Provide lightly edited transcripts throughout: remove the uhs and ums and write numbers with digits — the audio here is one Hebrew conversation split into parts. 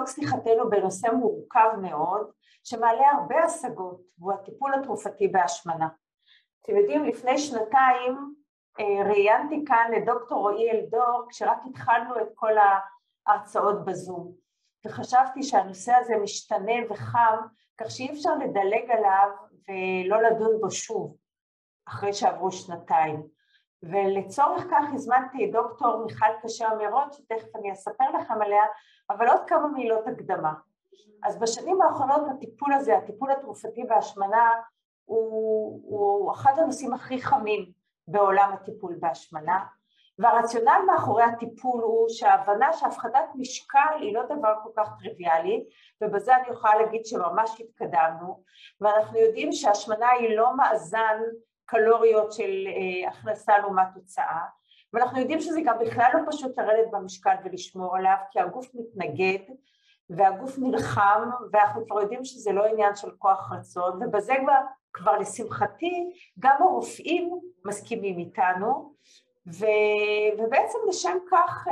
נעסוק שיחתנו בנושא מורכב מאוד, שמעלה הרבה השגות, והוא הטיפול התרופתי בהשמנה. אתם יודעים, לפני שנתיים ראיינתי כאן את דוקטור רועי אלדור, כשרק התחלנו את כל ההרצאות בזום, וחשבתי שהנושא הזה משתנה וחם, כך שאי אפשר לדלג עליו ולא לדון בו שוב, אחרי שעברו שנתיים. ולצורך כך הזמנתי דוקטור מיכל כשר מירון, שתכף אני אספר לכם עליה, אבל עוד כמה מילות הקדמה. אז בשנים האחרונות הטיפול הזה, הטיפול התרופתי בהשמנה, הוא אחד הנושאים הכי חמים בעולם הטיפול בהשמנה, והרציונל מאחורי הטיפול הוא שההבנה שהפחתת משקל היא לא דבר כל כך טריוויאלי, ובזה אני יכולה להגיד שממש התקדמנו, ואנחנו יודעים שהשמנה היא לא מאזן קלוריות של הכנסה לעומת תוצאה, ואנחנו יודעים שזה גם בכלל לא פשוט לרדת במשקל ולשמור עליו, כי הגוף מתנגד והגוף נלחם, ואנחנו כבר יודעים שזה לא עניין של כוח רצון, ובזה כבר לשמחתי גם הרופאים מסכימים איתנו, ובעצם לשם כך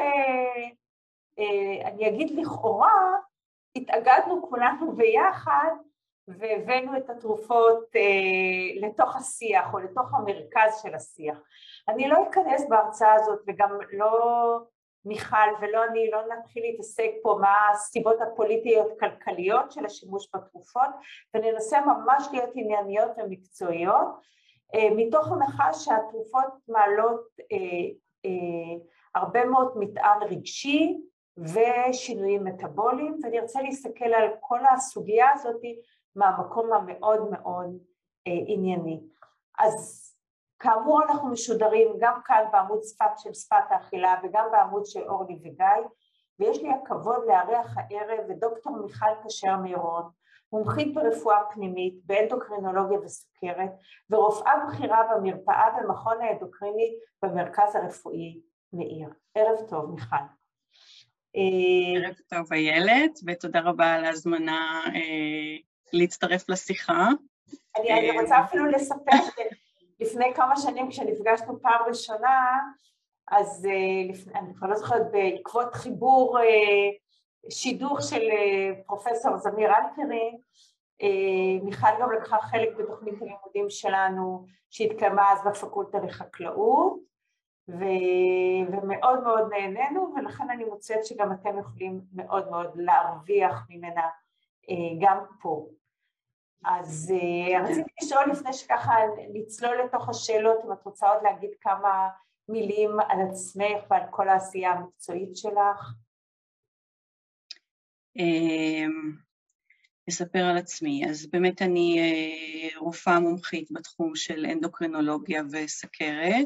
אני אגיד לכאורה, התאגדנו כולנו ביחד, והבאנו את התרופות לתוך השיח או לתוך המרכז של השיח. אני לא אכנס בהרצאה הזאת, וגם לא מיכל ולא אני לא נתחיל להתעסק פה מה הסיבות הפוליטיות כלכליות של השימוש בתרופות, וננסה ממש להיות ענייניות ומקצועיות, מתוך הנחה שהתרופות מעלות הרבה מאוד מטען רגשי ושינויים מטאבוליים, ואני רוצה להסתכל על כל הסוגיה הזאת מהמקום המאוד מאוד ענייני. אז כאמור אנחנו משודרים גם כאן בעמוד של שפת האכילה וגם בעמוד של אורלי וגיא, ויש לי הכבוד לארח הערב את דוקטור מיכל כשר מירון, מומחית ברפואה פנימית, באנדוקרינולוגיה וסוכרת, ורופאה בכירה במרפאה במכון האנדוקריני במרכז הרפואי מאיר. ערב טוב מיכל. ערב טוב איילת, ותודה רבה על ההזמנה להצטרף לשיחה. אני רוצה אפילו לספר שלפני כמה שנים כשנפגשנו פעם ראשונה, אז אני כבר לא זוכרת, בעקבות חיבור שידוך של פרופסור זמיר אלפרין, מיכל גם לקחה חלק בתוכנית הלימודים שלנו, שהתקיימה אז בפקולטה לחקלאות, ומאוד מאוד נהנינו, ולכן אני מוצאת שגם אתם יכולים מאוד מאוד להרוויח ממנה גם פה. אז רציתי לשאול לפני שככה נצלול לתוך השאלות, אם את רוצה עוד להגיד כמה מילים על עצמך ועל כל העשייה המקצועית שלך? אספר על עצמי, אז באמת אני רופאה מומחית בתחום של אנדוקרינולוגיה וסוכרת.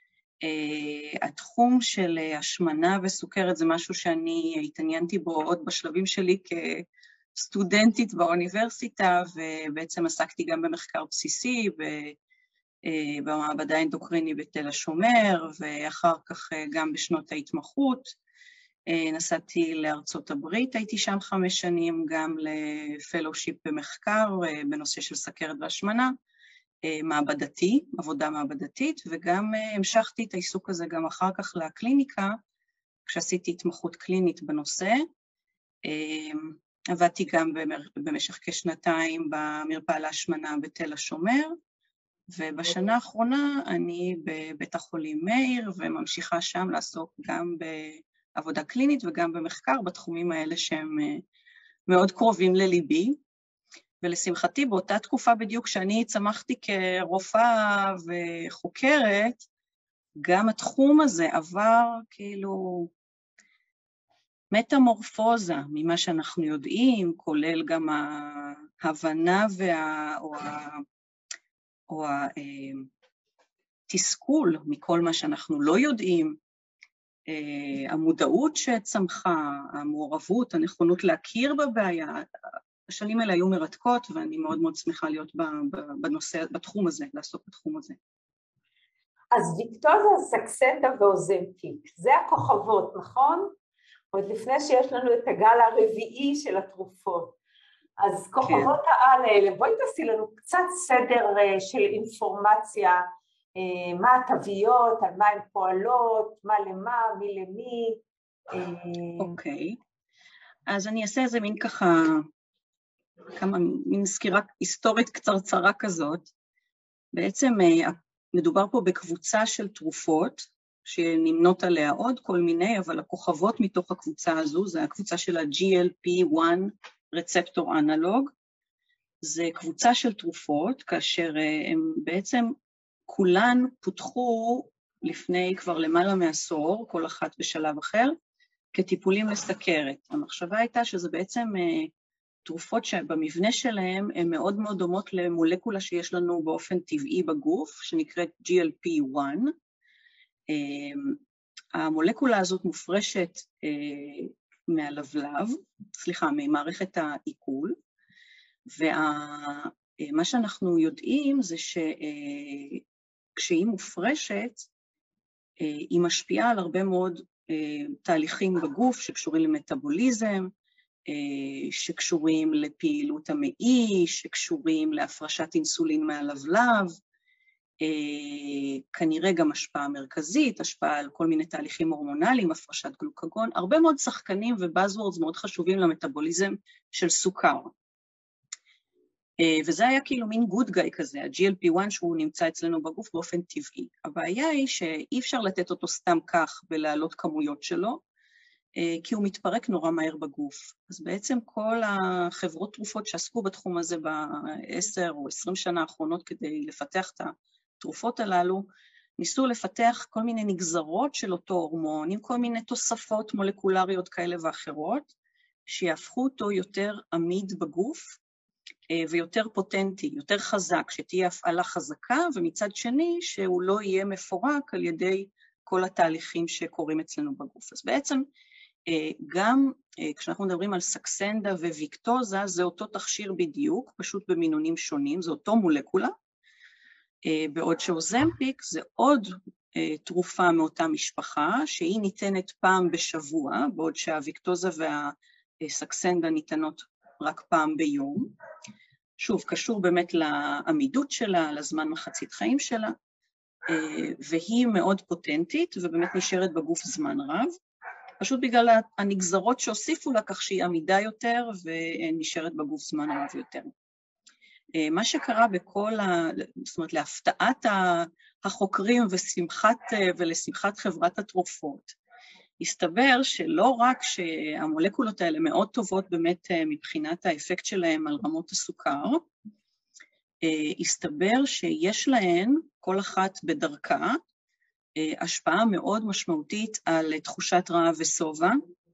התחום של השמנה וסוכרת זה משהו שאני התעניינתי בו עוד בשלבים שלי כסטודנטית באוניברסיטה, ובעצם עסקתי גם במחקר בסיסי במעבדה האנדוקריני בתל השומר, ואחר כך גם בשנות ההתמחות. נסעתי לארצות הברית, הייתי שם 5 שנים, גם לפלושיפ במחקר בנושא של סוכרת והשמנה, מעבדתי, עבודה מעבדתית, וגם המשכתי את העיסוק הזה גם אחר כך לקליניקה, כשעשיתי התמחות קלינית בנושא. עבדתי גם במשך כשנתיים במרפאה להשמנה בתל השומר, ובשנה האחרונה אני בבית החולים מאיר, וממשיכה שם לעסוק גם בעבודה קלינית וגם במחקר בתחומים האלה שהם מאוד קרובים לליבי. ולשמחתי באותה תקופה בדיוק שאני צמחתי כרופאה וחוקרת, גם התחום הזה עבר כאילו מטמורפוזה ממה שאנחנו יודעים, כולל גם ההבנה או התסכול מכל מה שאנחנו לא יודעים, המודעות שצמחה, המעורבות, הנכונות להכיר בבעיה, השנים האלה היו מרתקות, ואני מאוד מאוד שמחה להיות בנושא, בתחום הזה, לעסוק בתחום הזה. אז ויקטוזה, סקסטה ואוזמפיק, זה הכוכבות, נכון? עוד לפני שיש לנו את הגל הרביעי של התרופות. אז כוכבות העל האלה, בואי תעשי לנו קצת סדר של אינפורמציה, מה התוויות, על מה הן פועלות, מה למה, מי למי. אוקיי. אז אני אעשה איזה מין ככה, מין סקירה היסטורית קצרצרה כזאת. בעצם מדובר פה בקבוצה של תרופות, שנמנות עליה עוד כל מיני, אבל הכוכבות מתוך הקבוצה הזו, זה הקבוצה של ה-GLP-1 רצפטור אנלוג, זה קבוצה של תרופות, כאשר הם בעצם כולן פותחו לפני כבר למעלה מעשור, כל אחת בשלב אחר, כטיפולים לסכרת. המחשבה הייתה שזה בעצם תרופות שבמבנה שלהם הן מאוד מאוד דומות למולקולה שיש לנו באופן טבעי בגוף, שנקראת GLP-1. המולקולה הזאת מופרשת מהלבלב, ממערכת העיכול, ומה שאנחנו יודעים זה שכשהיא מופרשת, היא משפיעה על הרבה מאוד תהליכים בגוף שקשורים למטאבוליזם, שקשורים לפעילות המעי, שקשורים להפרשת אינסולין מהלבלב, כנראה גם השפעה מרכזית, השפעה על כל מיני תהליכים הורמונליים, הפרשת גלוקגון, הרבה מאוד שחקנים ובאזוורדס מאוד חשובים למטאבוליזם של סוכר. וזה היה כאילו מין גוד גאי כזה, ה-GLP-1 שהוא נמצא אצלנו בגוף באופן טבעי. הבעיה היא שאי אפשר לתת אותו סתם כך ולהעלות כמויות שלו, כי הוא מתפרק נורא מהר בגוף. אז בעצם כל החברות תרופות שעסקו בתחום הזה ב10 או 20 שנה האחרונות כדי לפתח את התרופות הללו, ניסו לפתח כל מיני נגזרות של אותו הורמון, עם כל מיני תוספות מולקולריות כאלה ואחרות, שיהפכו אותו יותר עמיד בגוף, ויותר פוטנטי, יותר חזק, שתהיה הפעלה חזקה, ומצד שני שהוא לא יהיה מפורק על ידי כל התהליכים שקורים אצלנו בגוף. אז בעצם גם כשאנחנו מדברים על סקסנדה וויקטוזה, זה אותו תכשיר בדיוק, פשוט במינונים שונים, זה אותו מולקולה, בעוד שאוזמפיק זה עוד תרופה מאותה משפחה, שהיא ניתנת פעם בשבוע, בעוד שהוויקטוזה והסקסנדה ניתנות רק פעם ביום. שוב, קשור באמת לעמידות שלה, לזמן מחצית חיים שלה, והיא מאוד פוטנטית ובאמת נשארת בגוף זמן רב, פשוט בגלל הנגזרות שהוסיפו לה כך שהיא עמידה יותר ונשארת בגוף זמן רב יותר. מה שקרה זאת אומרת, להפתעת החוקרים ולשמחת חברת התרופות, הסתבר שלא רק שהמולקולות האלה מאוד טובות באמת מבחינת האפקט שלהם על רמות הסוכר, הסתבר שיש להן, כל אחת בדרכה, השפעה מאוד משמעותית על תחושת רעב ושובע,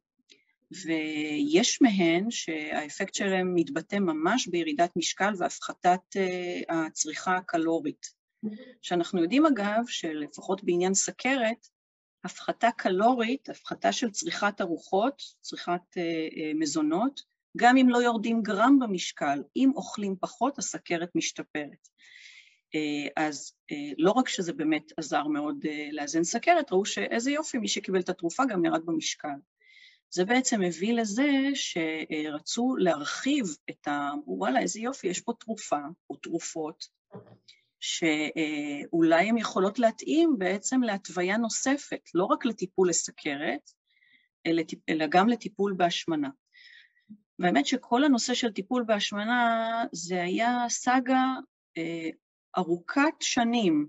ויש מהן שהאפקט שלהם מתבטא ממש בירידת משקל והפחתת הצריכה הקלורית. שאנחנו יודעים אגב שלפחות בעניין סכרת, הפחתה קלורית, הפחתה של צריכת ארוחות, צריכת מזונות, גם אם לא יורדים גרם במשקל, אם אוכלים פחות, הסכרת משתפרת. אז לא רק שזה באמת עזר מאוד לאזן סכרת, ראו שאיזה יופי, מי שקיבל את התרופה גם ירד במשקל. זה בעצם הביא לזה שרצו להרחיב וואלה, איזה יופי, יש פה תרופה או תרופות, שאולי הן יכולות להתאים בעצם להתוויה נוספת, לא רק לטיפול לסכרת, אלא גם לטיפול בהשמנה. והאמת שכל הנושא של טיפול בהשמנה, זה היה סאגה ארוכת שנים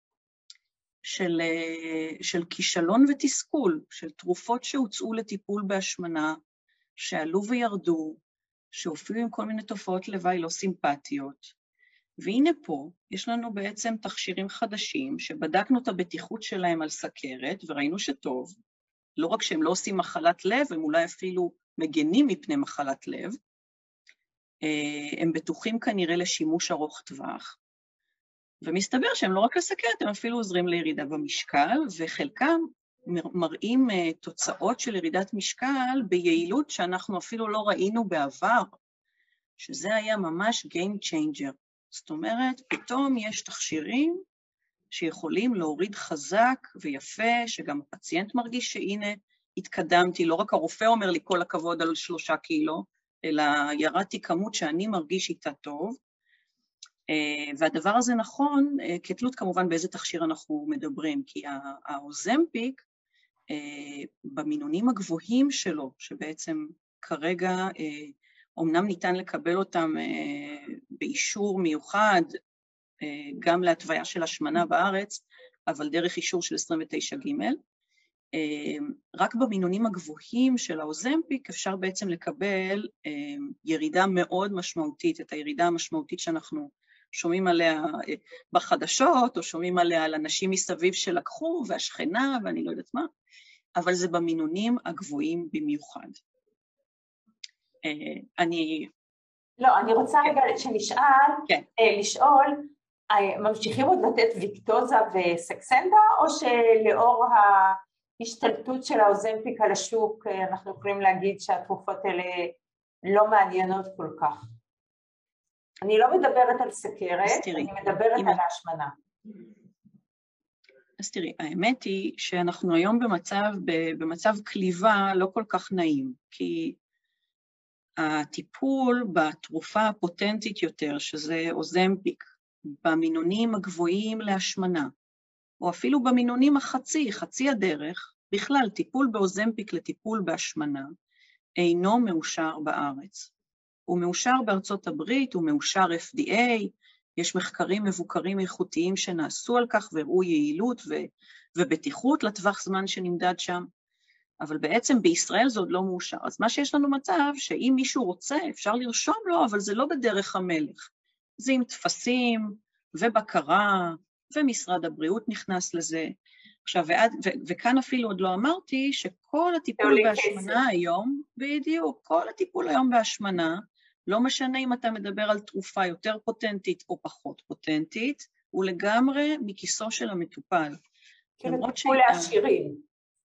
של כישלון ותסכול, של תרופות שהוצאו לטיפול בהשמנה, שעלו וירדו, שהופיעו עם כל מיני תופעות לוואי לא סימפטיות, והנה פה יש לנו בעצם תכשירים חדשים, שבדקנו את הבטיחות שלהם על סכרת, וראינו שטוב, לא רק שהם לא עושים מחלת לב, הם אולי אפילו מגנים מפני מחלת לב, הם בטוחים כנראה לשימוש ארוך טווח, ומסתבר שהם לא רק לסכרת, הם אפילו עוזרים לירידה במשקל, וחלקם מראים תוצאות של ירידת משקל ביעילות שאנחנו אפילו לא ראינו בעבר, שזה היה ממש game changer. זאת אומרת, פתאום יש תכשירים שיכולים להוריד חזק ויפה, שגם הפציינט מרגיש שהנה התקדמתי, לא רק הרופא אומר לי כל הכבוד על 3 קילו, אלא ירדתי כמות שאני מרגיש איתה טוב, והדבר הזה נכון, כתלות כמובן באיזה תכשיר אנחנו מדברים, כי האוזמפיק, במינונים הגבוהים שלו, שבעצם כרגע אומנם ניתן לקבל אותם באישור מיוחד, גם להתוויה של השמנה בארץ, אבל דרך אישור של 29ג'. רק במינונים הגבוהים של האוזמפיק אפשר בעצם לקבל ירידה מאוד משמעותית, את הירידה המשמעותית שאנחנו שומעים עליה בחדשות, או שומעים עליה על אנשים מסביב שלקחו, והשכנה, ואני לא יודעת מה, אבל זה במינונים הגבוהים במיוחד. אני רוצה רגע לשאול, ממשיכים עוד לתת ויקטוזה וסקסנדה, או שלאור ההשתלטות של האוזמפיק על השוק, אנחנו יכולים להגיד שהתרופות האלה לא מעניינות כל כך? אני לא מדברת על סכרת, אני מדברת על ההשמנה. אז תראי, האמת היא שאנחנו היום במצב קליבה לא כל כך נעים, כי הטיפול בתרופה הפוטנטית יותר, שזה אוזמפיק, במינונים הגבוהים להשמנה, או אפילו במינונים חצי הדרך, בכלל טיפול באוזמפיק לטיפול בהשמנה, אינו מאושר בארץ. הוא מאושר בארצות הברית, הוא מאושר FDA, יש מחקרים מבוקרים איכותיים שנעשו על כך והראו יעילות ובטיחות לטווח זמן שנמדד שם, אבל בעצם בישראל זה עוד לא מאושר. אז מה שיש לנו מצב שאם מישהו רוצה אפשר לרשום לו, אבל זה לא בדרך המלך. זה עם תפסים ובקרה, ומשרד הבריאות נכנס לזה. עכשיו, וכאן אפילו עוד לא אמרתי שכל הטיפול בהשמנה היום, בדיוק, כל הטיפול היום בהשמנה, לא משנה אם אתה מדבר על תרופה יותר פוטנטית או פחות פוטנטית, הוא לגמרי מכיסו של המטופל. כאילו טיפול לעשירים.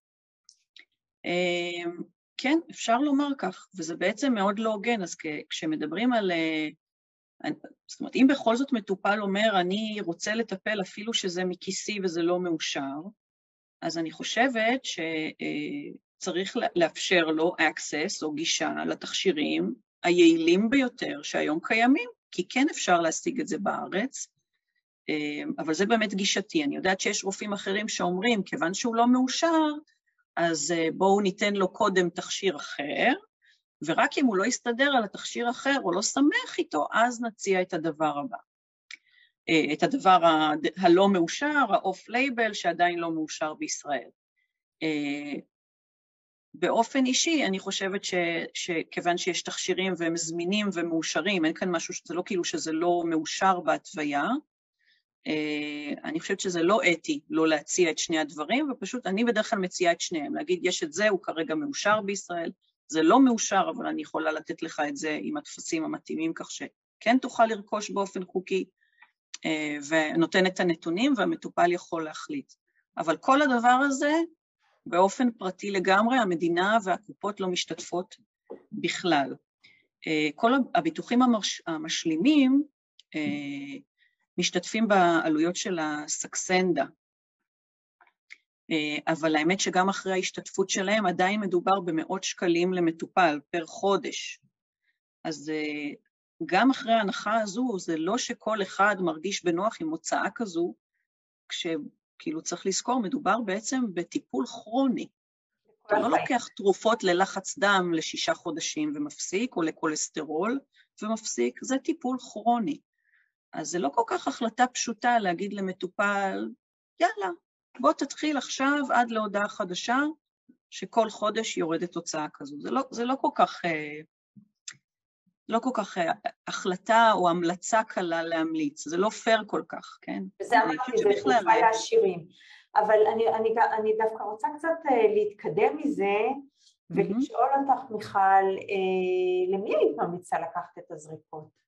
כן, אפשר לומר כך, וזה בעצם מאוד לא הוגן, אז כשמדברים על, זאת אומרת, אם בכל זאת מטופל אומר, אני רוצה לטפל אפילו שזה מכיסי וזה לא מאושר, אז אני חושבת שצריך לאפשר לו access או גישה לתכשירים היעילים ביותר שהיום קיימים, כי כן אפשר להשיג את זה בארץ, אבל זה באמת גישתי. אני יודעת שיש רופאים אחרים שאומרים, כיוון שהוא לא מאושר, אז בואו ניתן לו קודם תכשיר אחר, ורק אם הוא לא יסתדר על התכשיר אחר או לא שמח איתו, אז נציע את הדבר הבא. את הדבר הלא מאושר, האוף לייבל, שעדיין לא מאושר בישראל. באופן אישי, אני חושבת שכיוון שיש תכשירים והם זמינים ומאושרים, אין כאן משהו שזה לא כאילו שזה לא מאושר בהתוויה, אני חושבת שזה לא אתי לא להציע את שני הדברים, ופשוט אני בדרך כלל מציעה את שניהם, להגיד יש את זה, הוא כרגע מאושר בישראל, זה לא מאושר, אבל אני יכולה לתת לך את זה עם התפסים המתאימים, כך שכן תוכל לרכוש באופן חוקי, ונותן את הנתונים, והמטופל יכול להחליט. אבל כל הדבר הזה, באופן פרטי לגמרי, המדינה והקופות לא משתתפות בכלל. כל הביטוחים המשלימים, משתתפים בעלויות של הסקסנדה, אבל האמת שגם אחרי ההשתתפות שלהם עדיין מדובר במאות שקלים למטופל פר חודש. אז גם אחרי ההנחה הזו, זה לא שכל אחד מרגיש בנוח עם הוצאה כזו, כשכאילו צריך לזכור, מדובר בעצם בטיפול כרוני. אתה לא לוקח תרופות ללחץ דם ל6 חודשים ומפסיק, או לקולסטרול ומפסיק, זה טיפול כרוני. אז זה לא כל כך החלטה פשוטה להגיד למטופל, יאללה, בוא תתחיל עכשיו עד להודעה חדשה, שכל חודש יורדת תוצאה כזו. זה לא כל כך החלטה או המלצה קלה להמליץ, זה לא פייר כל כך, כן? וזה אמרתי, זה תרופה לעשירים. אבל אני דווקא רוצה קצת להתקדם מזה, ולשאול אותך, מיכל, למי היית ממליצה לקחת את הזריקות?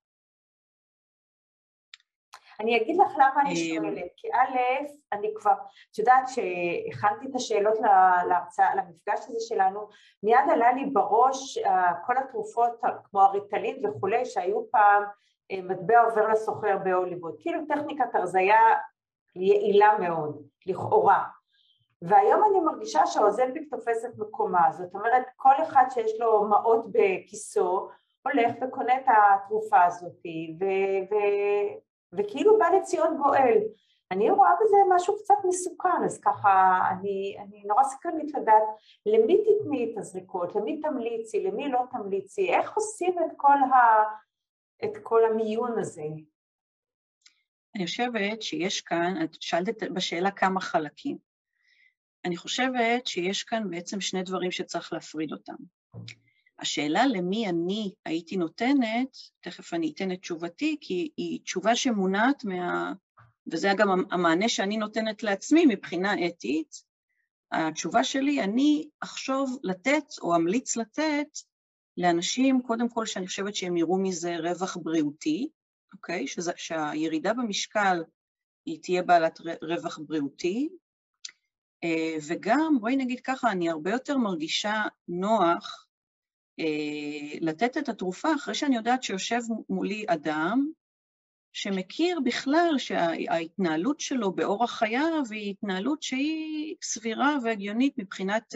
אני אגיד לך למה אני שואלת, כי א', אני כבר, את יודעת שהכנתי את השאלות למפגש הזה שלנו, מיד עלה לי בראש כל התרופות כמו הריטלין וכולי, שהיו פעם מטבע עובר לסוחר בהוליווד, כאילו טכניקת הרזיה יעילה מאוד, לכאורה. והיום אני מרגישה שהאוזמפיק תופס את מקומה, זאת אומרת, כל אחד שיש לו מעות בכיסו, הולך וקונה את התרופה הזאת, וכאילו בא לציון גואל, אני רואה בזה משהו קצת מסוכן, אז ככה אני נורא סקרנית לדעת למי תתני את הזריקות, למי תמליצי, למי לא תמליצי, איך עושים את כל המיון הזה? אני חושבת שיש כאן, את שאלת בשאלה כמה חלקים. אני חושבת שיש כאן בעצם שני דברים שצריך להפריד אותם. השאלה למי אני הייתי נותנת, תכף אני אתן את תשובתי, כי היא תשובה שמונעת וזה גם המענה שאני נותנת לעצמי מבחינה אתית. התשובה שלי, אני אחשוב לתת או אמליץ לתת לאנשים, קודם כל שאני חושבת שהם יראו מזה רווח בריאותי, אוקיי? שהירידה במשקל היא תהיה בעלת רווח בריאותי, וגם, בואי נגיד ככה, אני הרבה יותר מרגישה נוח לתת את התרופה אחרי שאני יודעת שיושב מולי אדם, שמכיר בכלל שההתנהלות שלו באורח חייו היא התנהלות שהיא סבירה והגיונית מבחינת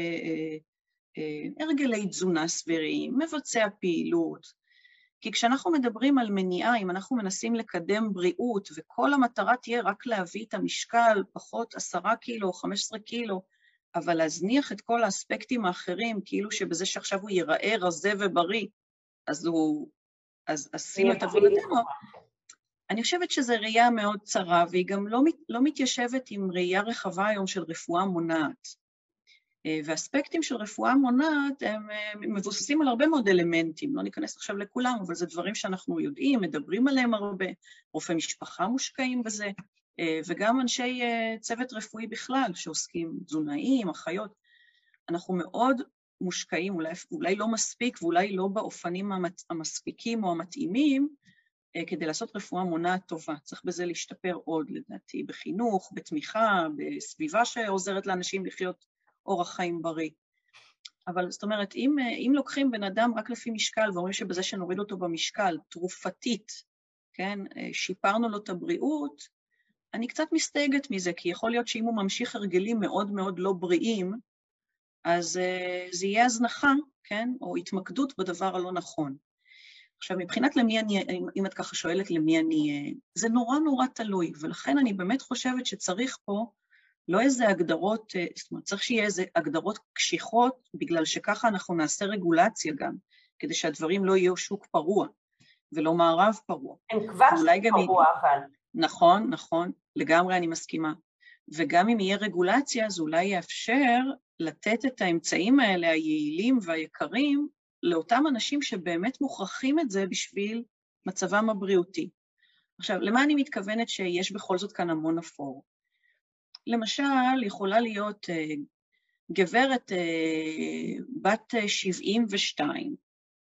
הרגלי תזונה סבירים, מבצע פעילות. כי כשאנחנו מדברים על מניעה, אם אנחנו מנסים לקדם בריאות, וכל המטרה תהיה רק להביא את המשקל, פחות 10 קילו או 15 קילו, אבל להזניח את כל האספקטים האחרים, כאילו שבזה שעכשיו הוא ייראה רזה ובריא, אז שימו את עבודתנו. אני חושבת שזו ראייה מאוד צרה, והיא גם לא מתיישבת עם ראייה רחבה היום של רפואה מונעת. ואספקטים של רפואה מונעת הם מבוססים על הרבה מאוד אלמנטים, לא ניכנס עכשיו לכולם, אבל זה דברים שאנחנו יודעים, מדברים עליהם הרבה, רופאי משפחה מושקעים בזה, וגם אנשי צוות רפואי בכלל, שעוסקים תזונאים, אחיות. אנחנו מאוד מושקעים, אולי לא מספיק, ואולי לא באופנים המספיקים או המתאימים, כדי לעשות רפואה מונעת טובה. צריך בזה להשתפר עוד, לדעתי, בחינוך, בתמיכה, בסביבה שעוזרת לאנשים לחיות אורח חיים בריא. אבל זאת אומרת, אם לוקחים בן אדם רק לפי משקל, ואומרים שבזה שנוריד אותו במשקל, תרופתית, כן, שיפרנו לו את הבריאות, אני קצת מסתייגת מזה, כי יכול להיות שאם הוא ממשיך הרגלים מאוד מאוד לא בריאים, אז זה יהיה הזנחה, כן, או התמקדות בדבר הלא נכון. עכשיו, מבחינת למי אני, אם את ככה שואלת למי אני, זה נורא נורא תלוי, ולכן אני באמת חושבת שצריך פה לא איזה הגדרות, זאת אומרת, צריך שיהיה איזה הגדרות קשיחות, בגלל שככה אנחנו נעשה רגולציה גם, כדי שהדברים לא יהיו שוק פרוע, ולא מערב פרוע. הם כבר שוק פרוע, אבל. נכון, נכון, לגמרי אני מסכימה. וגם אם יהיה רגולציה, אז אולי יאפשר לתת את האמצעים האלה, היעילים והיקרים, לאותם אנשים שבאמת מוכרחים את זה בשביל מצבם הבריאותי. עכשיו, למה אני מתכוונת שיש בכל זאת כאן המון אפור? למשל, יכולה להיות גברת בת 72,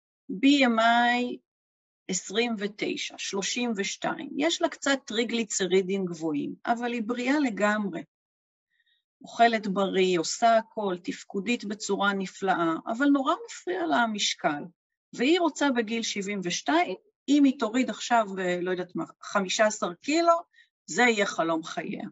BMI 29, 32, יש לה קצת טריגליצרידים גבוהים, אבל היא בריאה לגמרי. אוכלת בריא, עושה הכל, תפקודית בצורה נפלאה, אבל נורא מפריע לה המשקל. והיא רוצה בגיל 72, אם היא תוריד עכשיו, לא יודעת מה, 15 קילו, זה יהיה חלום חייה.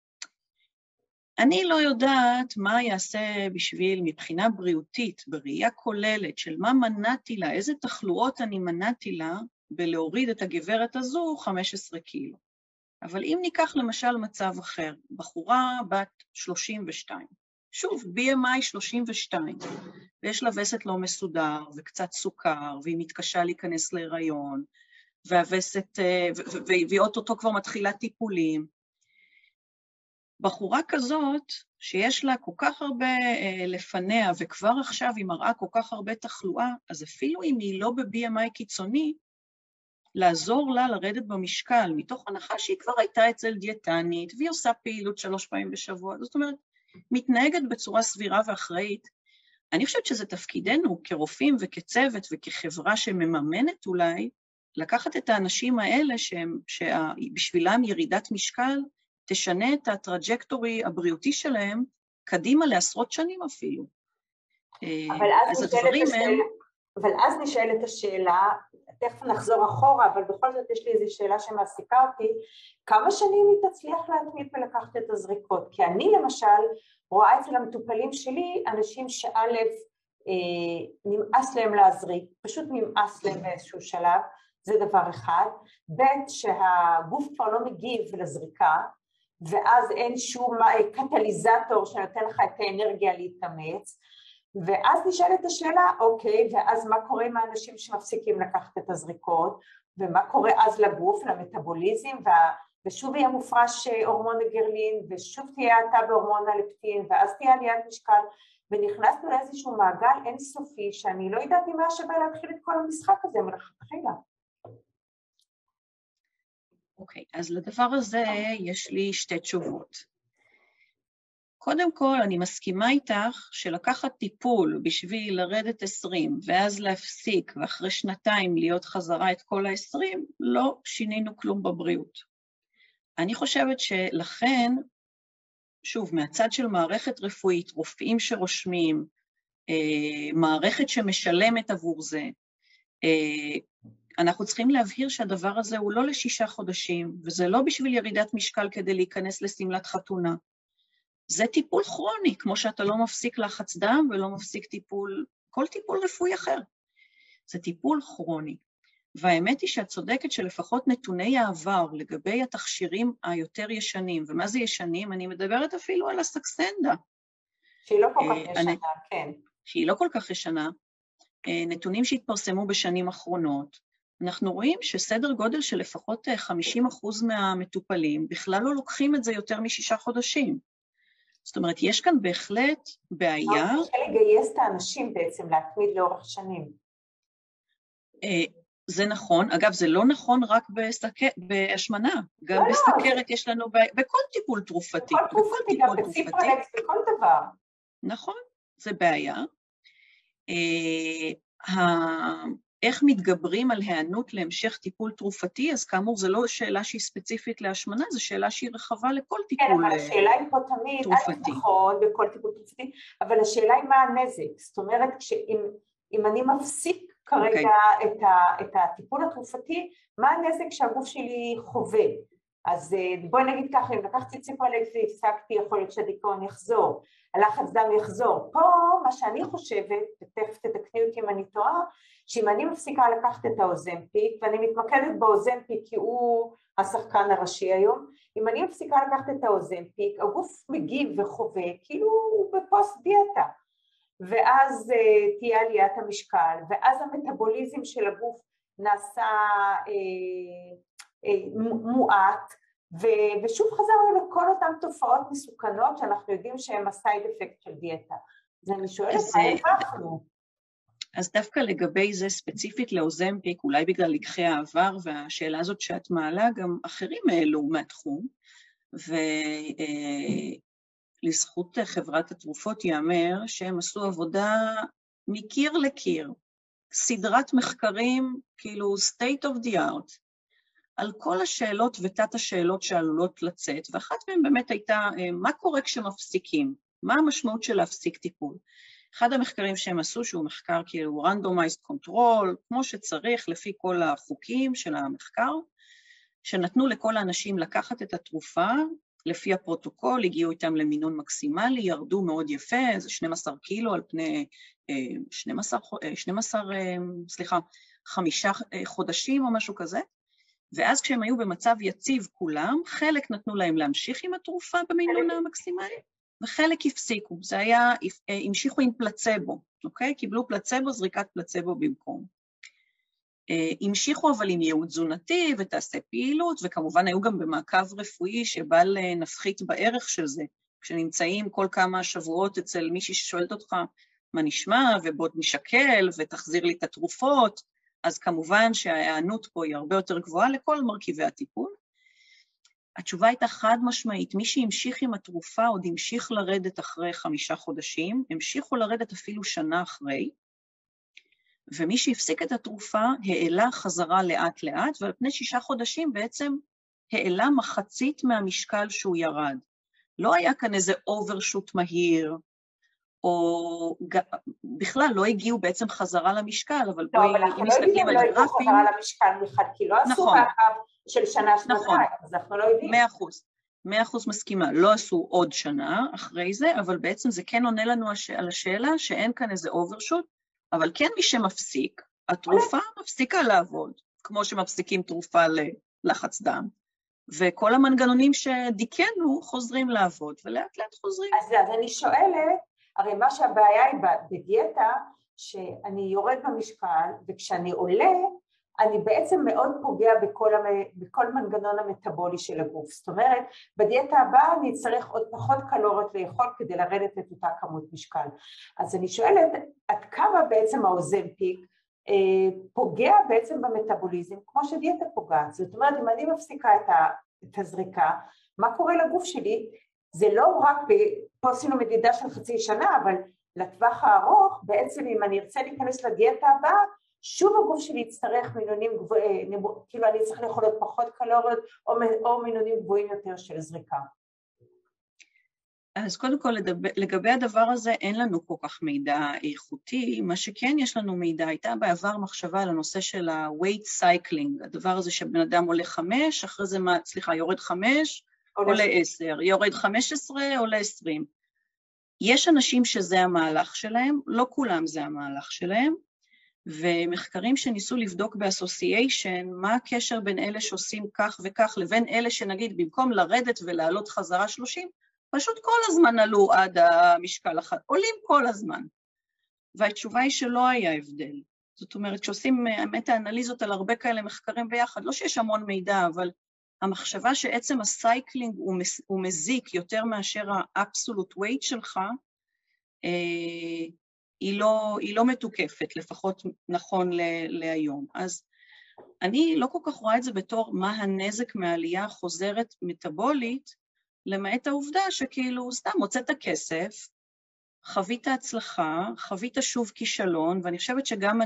אני לא יודעת מה יעשה בשביל מבחינה בריאותית, בראייה כוללת של מה מנעתי לה, איזה תחלואות אני מנעתי לה, בלהוריד את הגברת הזו 15 קילו. אבל אם ניקח למשל מצב אחר, בחורה בת 32, שוב, BMI 32, ויש לה וסת לא מסודר, וקצת סוכר, והיא מתקשה להיכנס להיריון, והווסת, והיא אוטוטו כבר מתחילה טיפולים. בחורה כזאת, שיש לה כל כך הרבה לפניה, וכבר עכשיו היא מראה כל כך הרבה תחלואה, אז אפילו אם היא לא ב-BMI קיצוני, לעזור לה לרדת במשקל, מתוך הנחה שהיא כבר הייתה אצל דיאטנית, והיא עושה פעילות 3 פעמים בשבוע, זאת אומרת, מתנהגת בצורה סבירה ואחראית. אני חושבת שזה תפקידנו כרופאים וכצוות וכחברה שמממנת אולי, לקחת את האנשים האלה שבשבילם ירידת משקל, תשנה את הטראג'קטורי הבריאותי שלהם, קדימה לעשרות שנים אפילו. אבל אז נשאלת השאלה, תכף נחזור אחורה, אבל בכל זאת יש לי איזו שאלה שמעסיקה אותי, כמה שנים היא תצליח להתמיד ולקחת את הזריקות? כי אני למשל רואה אצל המטופלים שלי אנשים שא' נמאס להם להזריק, פשוט נמאס להם באיזשהו שלב, זה דבר אחד, ב' שהגוף כבר לא מגיב לזריקה, ואז אין שום קטליזטור שנותן לך את האנרגיה להתאמץ, ואז נשאלת השאלה, אוקיי, ואז מה קורה עם האנשים שמפסיקים לקחת את הזריקות, ומה קורה אז לגוף, למטאבוליזם, ושוב יהיה מופרש הורמון הגרלין, ושוב תהיה האטה בהורמון הלפטין, ואז תהיה עליית משקל, ונכנסנו לאיזשהו מעגל אינסופי, שאני לא יודעת אם היה שווה להתחיל את כל המשחק הזה מלכתחילה. אוקיי, אז לדבר הזה יש לי שתי תשובות. קודם כל, אני מסכימה איתך שלקחת טיפול בשביל לרדת 20, ואז להפסיק, ואחרי שנתיים להיות חזרה את כל ה-20, לא שינינו כלום בבריאות. אני חושבת שלכן, שוב, מהצד של מערכת רפואית, רופאים שרושמים, מערכת שמשלמת עבור זה, אנחנו צריכים להבהיר שהדבר הזה הוא לא ל6 חודשים, וזה לא בשביל ירידת משקל כדי להיכנס לסמלת חתונה. זה טיפול כרוני, כמו שאתה לא מפסיק לחץ דם ולא מפסיק טיפול, כל טיפול רפואי אחר. זה טיפול כרוני. והאמת היא שאת צודקת שלפחות נתוני העבר לגבי התכשירים היותר ישנים, ומה זה ישנים? אני מדברת אפילו על הסקסנדה. שהיא לא כל כך ישנה, כן. שהיא לא כל כך ישנה. נתונים שהתפרסמו בשנים האחרונות, אנחנו רואים שסדר גודל של לפחות 50% מהמטופלים בכלל לא לוקחים את זה יותר מ6 חודשים. זאת אומרת, יש כאן בהחלט בעיה. קשה לגייס את האנשים בעצם להתמיד לאורך שנים. זה נכון, אגב, זה לא נכון רק בהשמנה, גם בסכרת יש לנו, בכל טיפול תרופתי. בכל תרופתי, גם בציפרלקס, בכל דבר. נכון, זה בעיה. איך מתגברים על הענות להמשך טיפול תרופתי, אז כאמור, זו לא שאלה שהיא ספציפית להשמנה, זו שאלה שהיא רחבה לכל טיפול תרופתי. כן, אבל השאלה היא פה תמיד, נכון, בכל טיפול תרופתי, אבל השאלה היא מה הנזק, זאת אומרת, אם אני מפסיק כרגע את הטיפול התרופתי, מה הנזק שהגוף שלי חווה? אז בואי נגיד ככה, אם לקחתי ציפרלקס והפסקתי, יכול להיות שהדיכאון יחזור, הלחץ דם יחזור. פה מה שאני חושבת, ותכף תתקני אותי אם אני טועה, שאם אני מפסיקה לקחת את האוזמפיק, ואני מתמקדת באוזמפיק כי הוא השחקן הראשי היום, אם אני מפסיקה לקחת את האוזמפיק, הגוף מגיב וחווה, כאילו הוא בפוסט דיאטה. ואז תהיה עליית המשקל, ואז המטאבוליזם של הגוף נעשה מועט, ושוב חזרנו לכל אותן תופעות מסוכנות שאנחנו יודעים שהן הסייד אפקט של דיאטה. אז אני שואלת, מה הרווחנו? אז דווקא לגבי זה ספציפית לאוזמפיק, אולי בגלל לקחי העבר, והשאלה הזאת שאת מעלה, גם אחרים העלו מהתחום, לזכות חברת התרופות יאמר שהם עשו עבודה מקיר לקיר, סדרת מחקרים, כאילו state of the art, על כל השאלות ותת השאלות שעלולות לצאת, ואחת מהן באמת הייתה, מה קורה כשמפסיקים? מה המשמעות של להפסיק טיפול? אחד המחקרים שהם עשו, שהוא מחקר כאילו randomized control, כמו שצריך לפי כל החוקים של המחקר, שנתנו לכל האנשים לקחת את התרופה, לפי הפרוטוקול, הגיעו איתם למינון מקסימלי, ירדו מאוד יפה, זה 12 קילו על פני 5 חודשים או משהו כזה, ואז כשהם היו במצב יציב כולם, חלק נתנו להם להמשיך עם התרופה במינון המקסימלי, וחלק הפסיקו, זה היה, המשיכו עם פלצבו, אוקיי? קיבלו פלצבו, זריקת פלצבו במקום. המשיכו אבל עם ייעוד תזונתי ותעשה פעילות, וכמובן היו גם במעקב רפואי שבא לנפחית בערך של זה, כשנמצאים כל כמה שבועות אצל מישהי ששואלת אותך מה נשמע, ובוא נשקל ותחזיר לי את התרופות, אז כמובן שההיענות פה היא הרבה יותר גבוהה לכל מרכיבי הטיפול. התשובה הייתה חד משמעית, מי שהמשיך עם התרופה עוד המשיך לרדת אחרי 5 חודשים, המשיכו לרדת אפילו שנה אחרי, ומי שהפסיק את התרופה העלה חזרה לאט לאט, ועל פני 6 חודשים בעצם העלה מחצית מהמשקל שהוא ירד. לא היה כאן איזה אוברשוט מהיר, או בכלל לא הגיעו בעצם חזרה למשקל, אבל בואי, אם מסתכלים על הגרפים... לא, אבל אנחנו לא יודעים אם לא הגיעו חזרה למשקל מיכל, כי לא עשו מעקב של שנה-שנתיים, אז אנחנו לא יודעים. 100% מסכימה, לא עשו עוד שנה אחרי זה, אבל בעצם זה כן עונה לנו על השאלה שאין כאן איזה אוברשוט, אבל כן מי שמפסיק, התרופה מפסיקה לעבוד, כמו שמפסיקים תרופה ללחץ דם. וכל המנגנונים שדיכאנו חוזרים לעבוד, ולאט לאט חוזרים. אז אני שואלת, הרי מה שהבעיה היא בדיאטה, שאני יורד במשקל, וכשאני עולה, אני בעצם מאוד פוגע בכל מנגנון המטאבולי של הגוף. זאת אומרת, בדיאטה הבאה אני צריך עוד פחות קלוריות לאכול כדי לרדת את אותה כמות משקל. אז אני שואלת, עד כמה בעצם האוזמפיק פוגע בעצם במטאבוליזם, כמו שדיאטה פוגעת. זאת אומרת, אם אני מפסיקה את הזריקה, מה קורה לגוף שלי? זה לא רק, פה עשינו מדידה של חצי שנה, אבל לטווח הארוך, בעצם אם אני ארצה להיכנס לדיאטה הבאה, שוב הגוף שלי יצטרך מינונים גבוהים, כאילו אני צריך לאכול עוד פחות קלוריות, או מינונים גבוהים יותר של זריקה. אז קודם כל, לגבי הדבר הזה אין לנו כל כך מידע איכותי, מה שכן יש לנו מידע, הייתה בעבר מחשבה על הנושא של ה-weight cycling, הדבר הזה שבן אדם עולה 5, אחרי זה, יורד 5, עולה 10, יורד 15, עולה 20. יש אנשים שזה המהלך שלהם, לא כולם זה המהלך שלהם, ומחקרים שניסו לבדוק באסוסיישן, מה הקשר בין אלה שעושים כך וכך, לבין אלה שנגיד במקום לרדת ולעלות חזרה 30, פשוט כל הזמן עלו עד המשקל אחד, עולים כל הזמן. והתשובה היא שלא היה הבדל. זאת אומרת, כשעושים מטה-אנליזות על הרבה כאלה מחקרים ביחד, לא שיש המון מידע, אבל המחשבה שעצם הסייקלינג הוא מזיק יותר מאשר האבסולוט ווייט שלך, היא לא מתוקפת, לפחות נכון להיום. אז אני לא כל כך רואה את זה בתור מה הנזק מהעלייה החוזרת מטאבולית, למעט העובדה שכאילו סתם מוצאת כסף, חווית הצלחה, חווית שוב כישלון, ואני חושבת שגם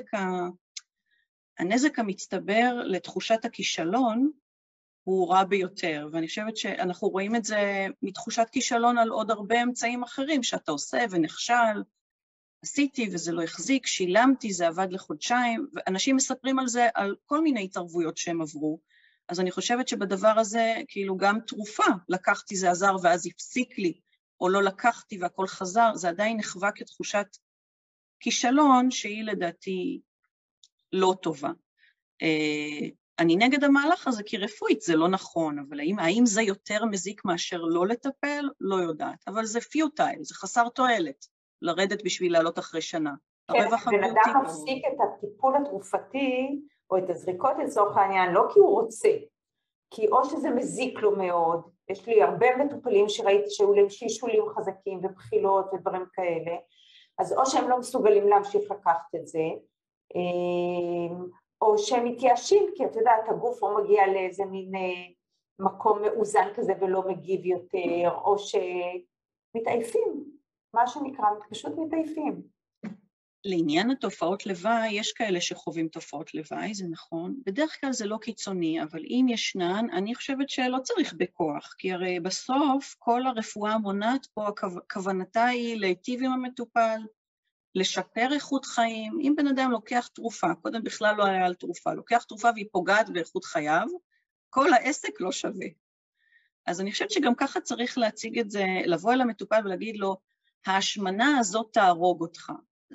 הנזק המצטבר לתחושת הכישלון הוא רע ביותר, ואני חושבת שאנחנו רואים את זה מתחושת כישלון על עוד הרבה אמצעים אחרים, שאתה עושה ונכשל, עשיתי וזה לא החזיק, שילמתי, זה עבד לחודשיים, ואנשים מספרים על זה, על כל מיני התערבויות שהם עברו, אז אני חושבת שבדבר הזה, כאילו גם תרופה, לקחתי זה עזר ואז הפסיק לי, או לא לקחתי והכל חזר, זה עדיין נחווה כתחושת כישלון, שהיא לדעתי לא טובה. אני נגד המהלך הזה, כי רפואית זה לא נכון, אבל האם זה יותר מזיק מאשר לא לטפל? לא יודעת, אבל זה פיוטייל, זה חסר תועלת, לרדת בשביל לעלות אחרי שנה. כן, בן אדם מפסיק את הטיפול התרופתי, או את הזריקות לצורך העניין, לא כי הוא רוצה, כי או שזה מזיק לו מאוד, יש לי הרבה מטופלים שראיתי שהיו להם שישולים חזקים ובחילות ודברים כאלה, אז או שהם לא מסוגלים להמשיך לקחת את זה, או שהם מתייאשים, כי אתה יודעת, הגוף לא מגיע לאיזה מין מקום מאוזן כזה ולא מגיב יותר, או שמתעייפים, מה שנקרא, פשוט מתעייפים. לעניין התופעות לוואי, יש כאלה שחווים תופעות לוואי, זה נכון. בדרך כלל זה לא קיצוני, אבל אם ישנן, אני חושבת שלא צריך בכוח, כי הרי בסוף כל הרפואה המונעת פה, כוונתה היא להיטיב עם המטופל, לשפר איכות חיים. אם בן אדם לוקח תרופה, קודם בכלל לא היה על תרופה, לוקח תרופה והיא פוגעת באיכות חייו, כל העסק לא שווה. אז אני חושבת שגם ככה צריך להציג את זה, לבוא אל המטופל ולהגיד לו, ההשמנה הזאת תהרוג אותך.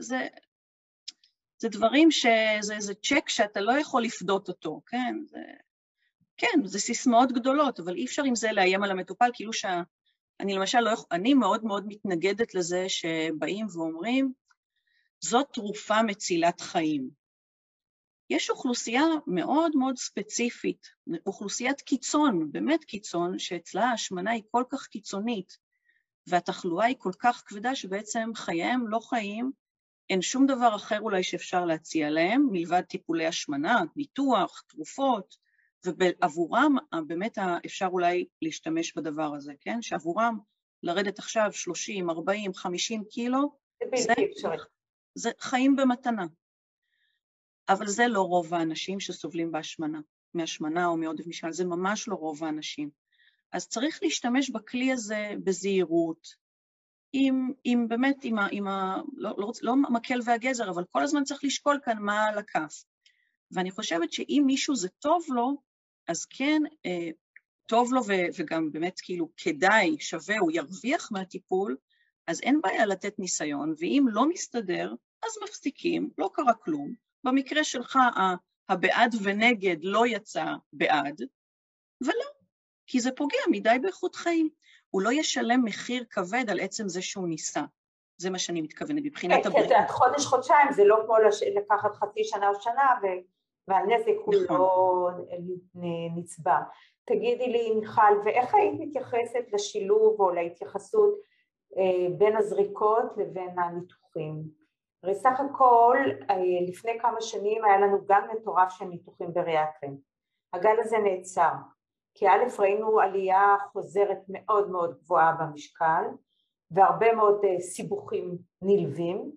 זה דברים זה צ'ק שאתה לא יכול לפדות אותו, כן? כן, זה סיסמאות גדולות, אבל אי אפשר עם זה לאיים על המטופל, כאילו אני למשל אני מאוד מאוד מתנגדת לזה שבאים ואומרים, זאת תרופה מצילת חיים. יש אוכלוסייה מאוד מאוד ספציפית, אוכלוסיית קיצון, באמת קיצון, שאצלה ההשמנה היא כל כך קיצונית, והתחלואה היא כל כך כבדה שבעצם חייהם לא חיים, אין שום דבר אחר אולי שאפשר להציע להם, מלבד טיפולי השמנה, ניתוח, תרופות, ועבורם באמת אפשר אולי להשתמש בדבר הזה, כן? שעבורם לרדת עכשיו 30, 40, 50 קילו, זה חיים במתנה. אבל זה לא רוב האנשים שסובלים מהשמנה או מעודף משקל, זה ממש לא רוב האנשים. אז צריך להשתמש בכלי הזה בזהירות, באמת, לא מקל והגזר, אבל כל הזמן צריך לשקול כאן מה על הכף. ואני חושבת שאם מישהו זה טוב לו, אז כן, טוב לו וגם באמת כאילו כדאי, שווה, הוא ירוויח מהטיפול, אז אין בעיה לתת ניסיון, ואם לא מסתדר, אז מפסיקים, לא קרה כלום. במקרה שלך, הבעד ונגד לא יצא בעד, ולא, כי זה פוגע מדי באיכות חיים. הוא לא ישלם מחיר כבד על עצם זה שהוא ניסה. זה מה שאני מתכוונת, מבחינת הבריאות. כן, חודש, חודשיים, זה לא כמו לקחת חצי שנה או שנה, והנזק הוא לא נצבע. תגידי לי, מיכל, ואיך היית מתייחסת לשילוב או להתייחסות בין הזריקות לבין הניתוחים? הרי סך הכל, לפני כמה שנים היה לנו גם מטורף של ניתוחים בריאטריים. הגל הזה נעצר, כי א' ראינו עלייה חוזרת מאוד מאוד גבוהה במשקל, והרבה מאוד סיבוכים נלווים,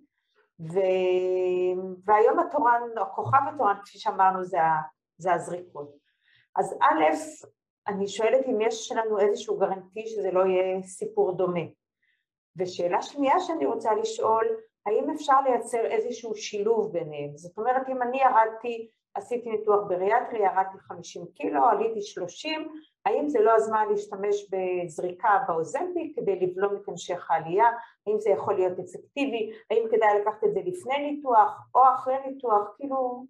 והיום התורן, הכוכב התורן, כפי שאמרנו, זה הזריקות. אז א', אני שואלת אם יש לנו איזשהו גרנטי שזה לא יהיה סיפור דומה. ושאלה שנייה שאני רוצה לשאול, האם אפשר לייצר איזשהו שילוב ביניהם? זאת אומרת, אם אני עשיתי ניתוח בריאטרי, ירדתי 50 קילו, עליתי 30, האם זה לא הזמן להשתמש בזריקה באוזמפיק כדי לבלום את המשך העלייה? האם זה יכול להיות אפקטיבי? האם כדאי לקחת את זה לפני ניתוח או אחרי ניתוח? כאילו,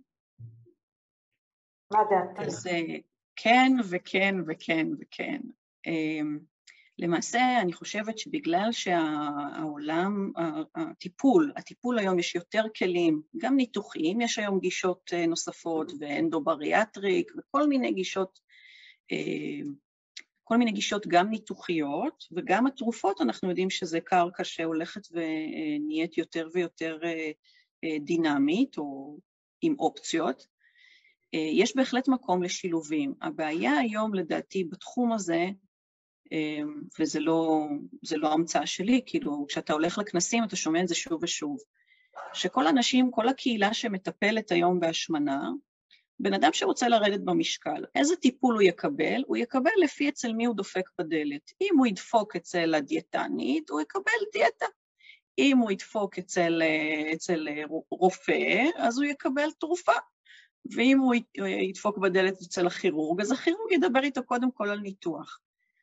מה דעתך? אז כן וכן וכן וכן. למעשה אני חושבת שבגלל שהעולם, הטיפול היום יש יותר כלים, גם ניתוחיים, יש היום גישות נוספות ואנדובריאטריק וכל מיני גישות גם ניתוחיות, וגם התרופות אנחנו יודעים שזה קרקע שהולכת ונהיית יותר ויותר דינמית או עם אופציות. יש בהחלט מקום לשילובים. הבעיה היום לדעתי בתחום הזה, וזה לא המצאה שלי, כאילו כשאתה הולך לכנסים אתה שומע את זה שוב ושוב, שכל אנשים, כל הקהילה שמטפלת היום בהשמנה, בן אדם שרוצה לרדת במשקל, איזה טיפול הוא יקבל? הוא יקבל לפי אצל מי הוא דופק בדלת. אם הוא ידפוק אצל הדיאטנית, הוא יקבל דיאטה. אם הוא ידפוק אצל רופא, אז הוא יקבל תרופה. ואם הוא ידפוק בדלת אצל הכירורג, אז הכירורג ידבר איתו קודם כל על ניתוח.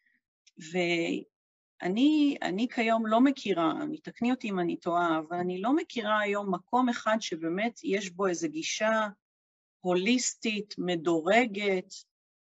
ואני כיום לא מכירה, תקני אותי אם אני טועה, אבל אני לא מכירה היום מקום אחד שבאמת יש בו איזו גישה הוליסטית, מדורגת,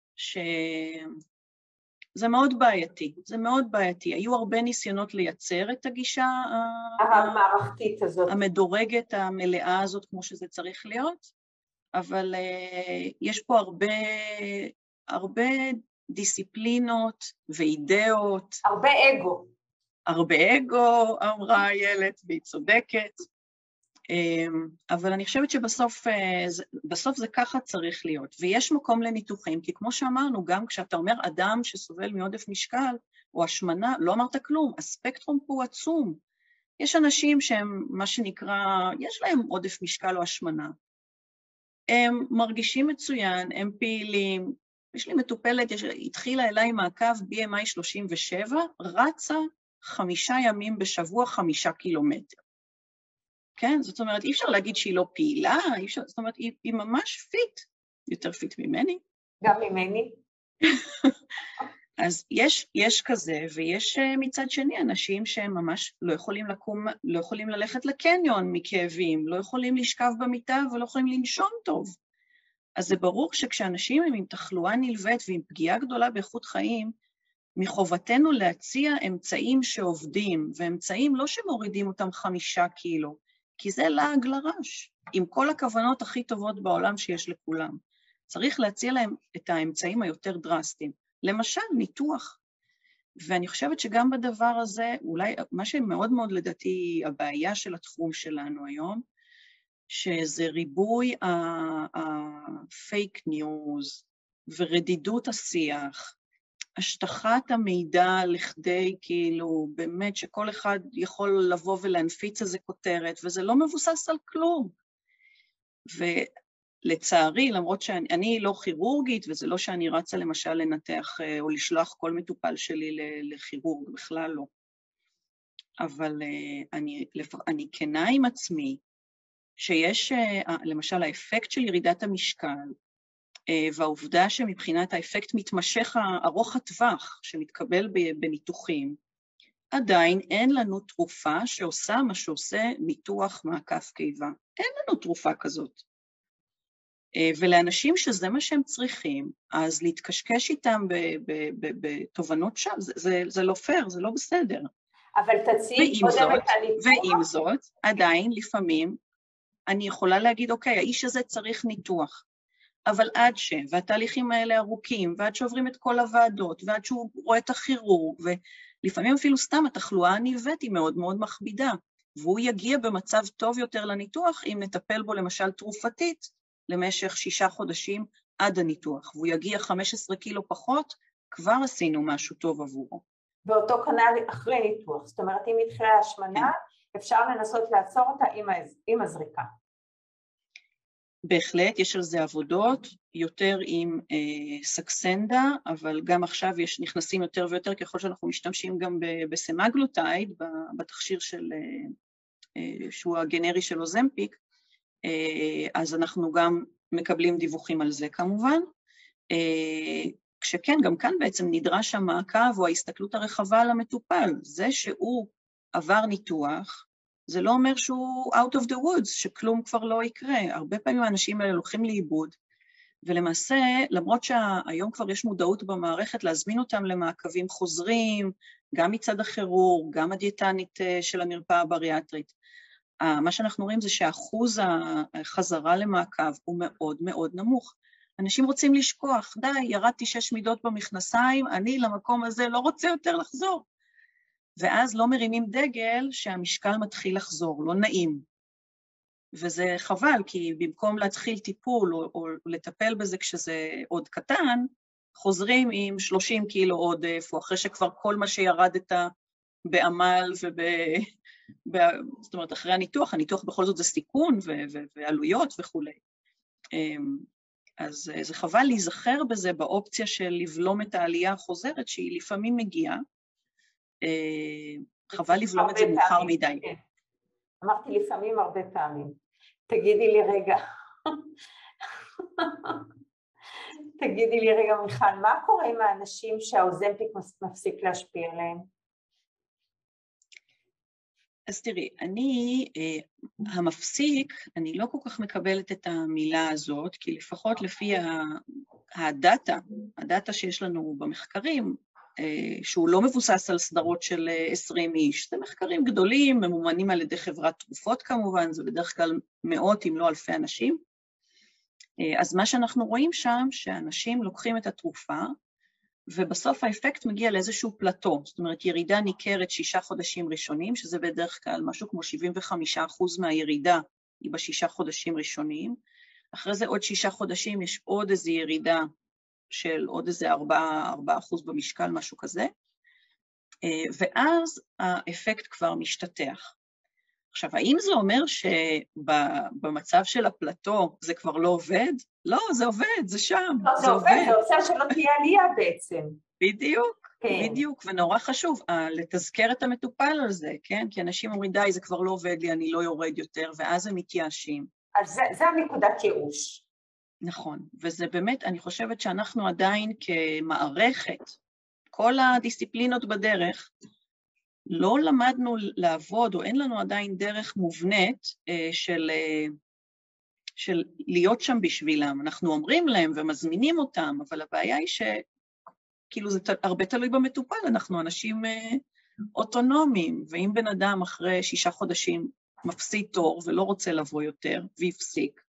זה מאוד בעייתי, זה מאוד בעייתי. היו הרבה ניסיונות לייצר את הגישה המערכתית הזאת, המדורגת, המלאה הזאת, כמו שזה צריך להיות, אבל יש פה הרבה דיסציפלינות ואידאות. הרבה אגו. הרבה אגו, אמרה איילת, והיא צודקת. אבל אני חושבת שבסוף זה ככה צריך להיות, ויש מקום לניתוחים, כי כמו שאמרנו, גם כשאתה אומר אדם שסובל מעודף משקל או השמנה, לא אמרת כלום, הספקטרום פה הוא עצום. יש אנשים שהם מה שנקרא, יש להם עודף משקל או השמנה, הם מרגישים מצוין, הם פעילים, יש לי מטופלת, התחילה אליי מעקב BMI 37, רצה 5 ימים בשבוע 5 קילומטר. כן? זאת אומרת, אי אפשר להגיד שהיא לא פעילה, זאת אומרת, היא ממש פיט, יותר פיט ממני. גם ממני. אז יש כזה, ויש מצד שני אנשים שהם ממש לא יכולים לקום, לא יכולים ללכת לקניון מכאבים, לא יכולים לשכב במיטה ולא יכולים לנשום טוב. אז זה ברור שכשאנשים הם עם תחלואה נלווית ועם פגיעה גדולה באיכות חיים, מחובתנו להציע אמצעים שעובדים, ואמצעים לא שמורידים אותם 5 קילו, כי זה לעג לרש, עם כל הכוונות הכי טובות בעולם שיש לכולם. צריך להציע להם את האמצעים היותר דרסטיים, למשל ניתוח. ואני חושבת שגם בדבר הזה, אולי מה שמאוד מאוד לדעתי הבעיה של התחום שלנו היום, שזה ריבוי הפייק ניוז ורדידות השיח, השטחת המידע לכדי כאילו באמת שכל אחד יכול לבוא ולהנפיץ איזה כותרת, וזה לא מבוסס על כלום. ולצערי, למרות שאני לא כירורגית, וזה לא שאני רצה למשל לנתח או לשלוח כל מטופל שלי לכירורג, בכלל לא. אבל אני כנה עם עצמי, שיש למשל האפקט של ירידת המשקל, והעובדה שמבחינת האפקט מתמשך ארוך הטווח שמתקבל בניתוחים, עדיין אין לנו תרופה שעושה מה שעושה ניתוח מעקף קיבה. אין לנו תרופה כזאת. ולאנשים שזה מה שהם צריכים, אז להתקשקש איתם בתובנות שם, זה לא פייר, זה לא בסדר. אבל תציג קודם את הניתוח. ועם זאת, עדיין לפעמים אני יכולה להגיד, אוקיי, האיש הזה צריך ניתוח, אבל והתהליכים האלה ארוכים, ועד שעוברים את כל הוועדות, ועד שהוא רואה את הכירורג, ולפעמים אפילו סתם התחלואה הנלווית היא מאוד מאוד מכבידה, והוא יגיע במצב טוב יותר לניתוח, אם נטפל בו למשל תרופתית, למשך 6 חודשים עד הניתוח, והוא יגיע 15 קילו פחות, כבר עשינו משהו טוב עבורו. באותו כנ"ל אחרי ניתוח, זאת אומרת, אם התחילה השמנה, כן. אפשר לנסות לעצור אותה עם הזריקה. בהחלט, יש על זה עבודות, יותר עם סקסנדה, אבל גם עכשיו נכנסים יותר ויותר, ככל שאנחנו משתמשים גם בסמגלוטייד, בתכשיר שהוא הגנרי של אוזמפיק, אז אנחנו גם מקבלים דיווחים על זה כמובן, כשכן, גם כאן בעצם נדרש המעקב או ההסתכלות הרחבה על המטופל, זה שהוא עבר ניתוח, זה לא אומר שהוא out of the woods, שכלום כבר לא יקרה. הרבה פעמים האנשים האלה לוקחים לאיבוד, ולמעשה, למרות שהיום כבר יש מודעות במערכת להזמין אותם למעקבים חוזרים, גם מצד הכירורג, גם הדיאטנית של המרפאה הבריאטרית, מה שאנחנו רואים זה שאחוז החזרה למעקב הוא מאוד מאוד נמוך. אנשים רוצים לשכוח, די, ירדתי 6 מידות במכנסיים, אני למקום הזה לא רוצה יותר לחזור. ואז לא מרימים דגל שהמשקל מתחיל לחזור, לא נעים. וזה חבל, כי במקום להתחיל טיפול או לטפל בזה כשזה עוד קטן, חוזרים עם 30 קילו עודף, או אחרי שכבר כל מה שירדת בעמל זאת אומרת, אחרי הניתוח בכל זאת זה סיכון ועלויות וכו'. אז זה חבל להיזכר בזה באופציה של לבלום את העלייה החוזרת, שהיא לפעמים מגיעה, חבל לבלום את זה מאוחר מדי. אמרתי לפעמים הרבה פעמים. תגידי לי רגע, מיכל, מה קורה עם האנשים שהאוזמפיק מפסיק להשפיע עליהם? אז תראי, המפסיק, אני לא כל כך מקבלת את המילה הזאת, כי לפחות לפי הדאטה שיש לנו במחקרים, שהוא לא מבוסס על סדרות של 20 איש, זה מחקרים גדולים, ממומנים על ידי חברת תרופות כמובן, זה בדרך כלל מאות אם לא אלפי אנשים, אז מה שאנחנו רואים שם, שאנשים לוקחים את התרופה, ובסוף האפקט מגיע לאיזשהו פלטו, זאת אומרת ירידה ניכרת 6 חודשים ראשונים, שזה בדרך כלל משהו כמו 75% מהירידה היא ב6 חודשים ראשונים, אחרי זה עוד 6 חודשים יש עוד איזו ירידה של עוד איזה 4% במשקל, משהו כזה, ואז האפקט כבר משתתח. עכשיו, האם זה אומר שבמצב של הפלטו זה כבר לא עובד? לא, זה עובד, זה שם. לא, זה עובד, זה עושה שלא תהיה עלייה בעצם. בדיוק, כן. בדיוק, ונורא חשוב לתזכר את המטופל על זה, כן? כי אנשים אומרים, די, זה כבר לא עובד לי, אני לא יורד יותר, ואז הם מתייאשים. אז זה הנקודת ייאוש. נכון, וזה באמת, אני חושבת שאנחנו עדיין כמערכת, כל הדיסציפלינות בדרך, לא למדנו לעבוד, או אין לנו עדיין דרך מובנית של להיות שם בשבילם. אנחנו אומרים להם ומזמינים אותם, אבל הבעיה היא שכאילו זה הרבה תלוי במטופל, אנחנו אנשים אוטונומיים, ואם בן אדם אחרי 6 חודשים מפסיד תור ולא רוצה לבוא יותר, והפסיק,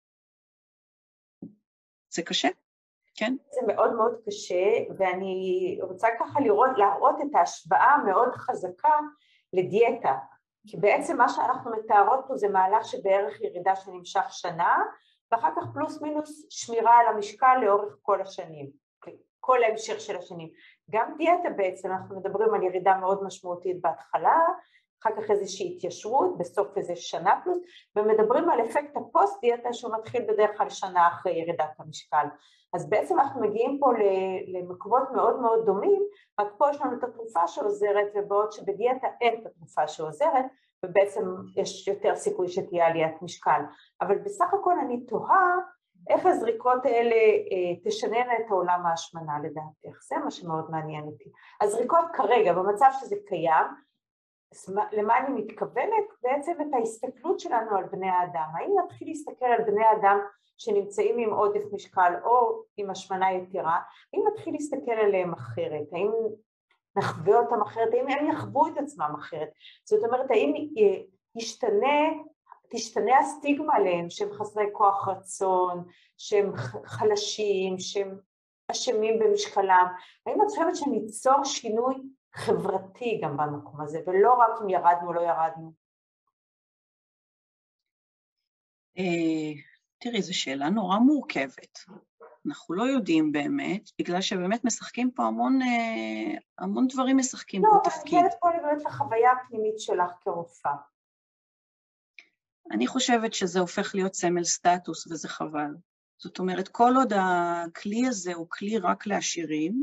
זה קשה, כן? זה מאוד מאוד קשה, ואני רוצה ככה להראות את ההשוואה המאוד חזקה לדיאטה, כי בעצם מה שאנחנו מתארות פה זה מהלך שבערך ירידה שנמשך שנה, ואחר כך פלוס מינוס שמירה על המשקל לאורך כל השנים, כל ההמשך של השנים. גם דיאטה בעצם, אנחנו מדברים על ירידה מאוד משמעותית בהתחלה, אחר כך איזושהי התיישרות, בסוף איזה שנה פלוס, ומדברים על אפקט הפוסט דיאטה שהוא מתחיל בדרך כלל שנה אחרי ירידת המשקל. אז בעצם אנחנו מגיעים פה למקומות מאוד מאוד דומים, רק פה יש לנו את התרופה שעוזרת, ובעוד שבדיאטה אין את התרופה שעוזרת, ובעצם יש יותר סיכוי שתהיה עליית משקל. אבל בסך הכל אני תוהה איך הזריקות האלה תשננה את העולם ההשמנה לדעתך, זה מה שמאוד מעניין אותי. הזריקות כרגע, במצב שזה קיים, למה אני מתכוונת? בעצם את ההסתכלות שלנו על בני האדם. האם נתחיל להסתכל על בני האדם שנמצאים עם עודף משקל או עם השמנה יתרה, האם נתחיל להסתכל עליהם אחרת? האם נחווה אותם אחרת? האם הם יחוו את עצמם אחרת? זאת אומרת, האם תשתנה הסטיגמה עליהם שהם חסרי כוח רצון, שהם חלשים, שהם אשמים במשקלם? האם את חושבת שניצור שינוי חברתי גם במקום הזה, ולא רק אם ירדנו או לא ירדנו? תראי, זו שאלה נורא מורכבת. אנחנו לא יודעים באמת, בגלל שבאמת משחקים פה המון דברים משחקים פה תפקיד. לא, אני חושבת פה באמת לחוויה הפנימית שלך כרופאה. אני חושבת שזה הופך להיות סמל סטטוס, וזה חבל. זאת אומרת, כל עוד הכלי הזה הוא כלי רק לעשירים,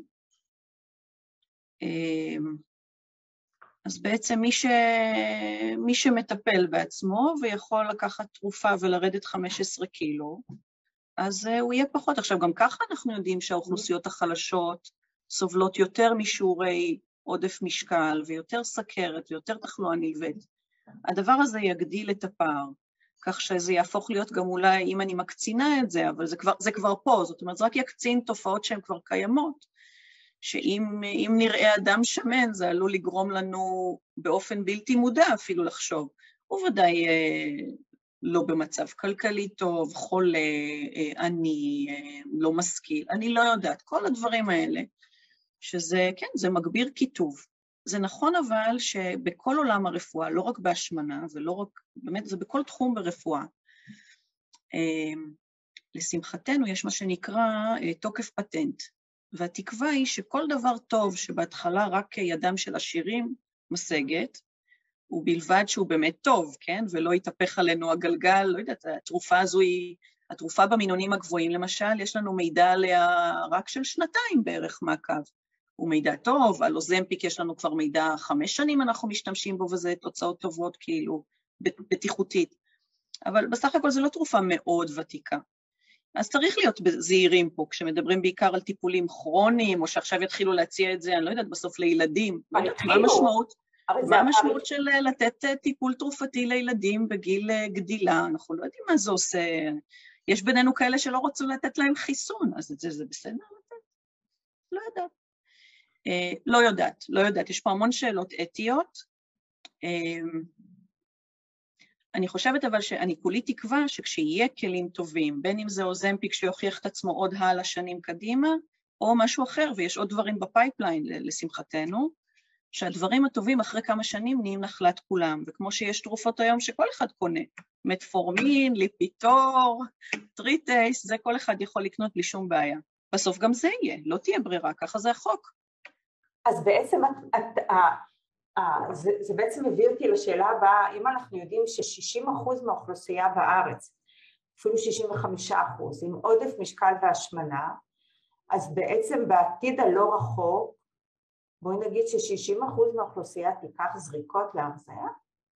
אז בעצם מי שמטפל בעצמו ויכול לקחת תרופה ולרדת 15 קילו, אז הוא יהיה פחות. עכשיו, גם ככה אנחנו יודעים שהאוכלוסיות החלשות סובלות יותר משיעורי עודף משקל ויותר סכרת ויותר תחלואה נלווית. הדבר הזה יגדיל את הפער, כך שזה יהפוך להיות גם אולי, אם אני מקצינה את זה, אבל זה כבר פה, זאת אומרת, זה רק יקצין תופעות שהן כבר קיימות, שאם נראה אדם שמן, זה עלול לגרום לנו באופן בלתי מודע אפילו לחשוב. הוא ודאי לא במצב כלכלי טוב, חולה, אני לא משכיל, אני לא יודעת, כל הדברים האלה, שזה, כן, זה מגביר כיתוב. זה נכון אבל שבכל עולם הרפואה, לא רק בהשמנה, ולא רק, באמת זה בכל תחום ברפואה, לשמחתנו יש מה שנקרא תוקף פטנט, והתקווה היא שכל דבר טוב שבהתחלה רק ידם של עשירים משגת, ובלבד שהוא באמת טוב, כן? ולא יתהפך עלינו הגלגל, לא יודעת, התרופה הזו היא, התרופה במינונים הגבוהים למשל, יש לנו מידע עליה רק של 2 בערך מעקב. הוא מידע טוב, על אוזמפיק יש לנו כבר מידע 5 שנים אנחנו משתמשים בו, וזה תוצאות טובות כאילו, בטיחותית. אבל בסך הכל זה לא תרופה מאוד ותיקה. אז צריך להיות זהירים פה, כשמדברים בעיקר על טיפולים כרוניים, או שעכשיו יתחילו להציע את זה, אני לא יודעת, בסוף לילדים. לא יודעת, מה המשמעות של לתת טיפול תרופתי לילדים בגיל גדילה? אנחנו לא יודעים מה זה עושה. יש בינינו כאלה שלא רצו לתת להם חיסון, אז זה בסדר לתת? לא יודעת. יש פה המון שאלות אתיות. אני חושבת אבל שאני כולי תקווה שכשיהיה כלים טובים, בין אם זה אוזמפיק שיוכיח את עצמו עוד הלאה שנים קדימה, או משהו אחר, ויש עוד דברים בפייפליין לשמחתנו, שהדברים הטובים אחרי כמה שנים נהיים נחלת כולם, וכמו שיש תרופות היום שכל אחד קונה, מטפורמין, ליפיטור, טריטייס, זה כל אחד יכול לקנות בלי שום בעיה. בסוף גם זה יהיה, לא תהיה ברירה, ככה זה החוק. אז בעצם זה בעצם מביא אותי לשאלה הבאה, אם אנחנו יודעים ש60% מהאוכלוסייה בארץ, אפילו 65%, עם עודף משקל והשמנה, אז בעצם בעתיד הלא רחוק, בואי נגיד ש60% מהאוכלוסייה תיקח זריקות להרזיה?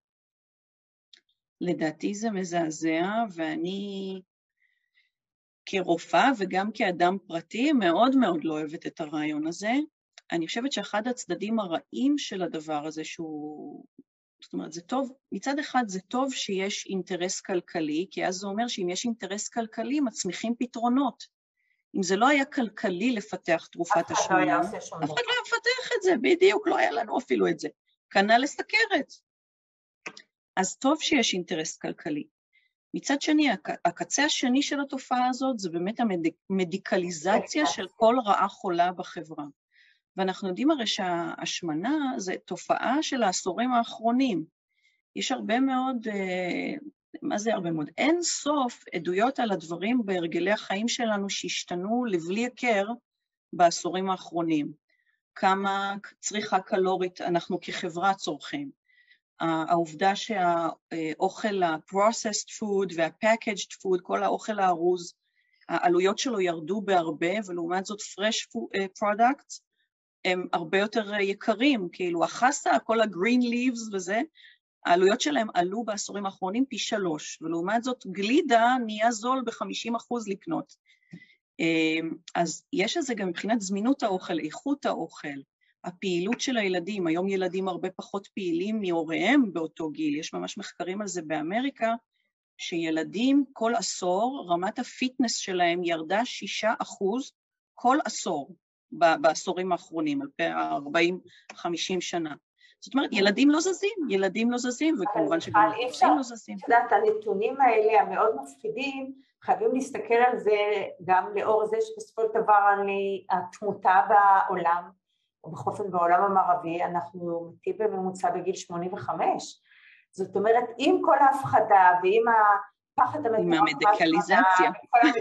לדעתי זה מזעזע, ואני כרופאה וגם כאדם פרטי מאוד מאוד לא אוהבת את הרעיון הזה. אני חושבת שאחד הצדדים הרעים של הדבר הזה שהוא, זאת אומרת, זה טוב, מצד אחד זה טוב שיש אינטרס כלכלי, כי אז זה אומר שאם יש אינטרס כלכלי, מצמיחים פתרונות. אם זה לא היה כלכלי לפתח תרופת השמנה, אף אחד לא היה מפתח את זה, בדיוק, לא היה לנו אפילו את זה. כנ"ל לסכרת. אז טוב שיש אינטרס כלכלי. מצד שני, הקצה השני של התופעה הזאת, זה באמת המדיקליזציה של כל רעה חולה בחברה. ואנחנו יודעים הרי שההשמנה זה תופעה של העשורים האחרונים. יש הרבה מאוד, מה זה הרבה מאוד? אין סוף עדויות על הדברים בהרגלי החיים שלנו שהשתנו לבלי הכר בעשורים האחרונים. כמה צריכה קלורית אנחנו כחברה צורכים. העובדה שהאוכל, ה-processed food וה-packaged food, כל האוכל הארוז, העלויות שלו ירדו בהרבה, ולעומת זאת fresh products, הם הרבה יותר יקרים, כאילו החסה, כל ה-green leaves וזה, העלויות שלהם עלו בעשורים האחרונים פי 3, ולעומת זאת גלידה נהיה זול ב-50% לקנות. אז יש את זה גם מבחינת זמינות האוכל, איכות האוכל, הפעילות של הילדים, היום ילדים הרבה פחות פעילים מהוריהם באותו גיל, יש ממש מחקרים על זה באמריקה, שילדים כל עשור, רמת הפיטנס שלהם ירדה 6% כל עשור, בעשורים האחרונים, על פי 40-50 שנה. זאת אומרת, ילדים לא זזים, וכמובן שגם מבוגרים לא זזים. את יודעת, הנתונים האלה המאוד מפחידים, חייבים להסתכל על זה גם לאור זה שבסופו של דבר התמותה בעולם, או בכל אופן בעולם המערבי, אנחנו מתים בממוצע בגיל 85. זאת אומרת, עם כל ההפחדה ועם הפחד המטורף, עם המדיקליזציה.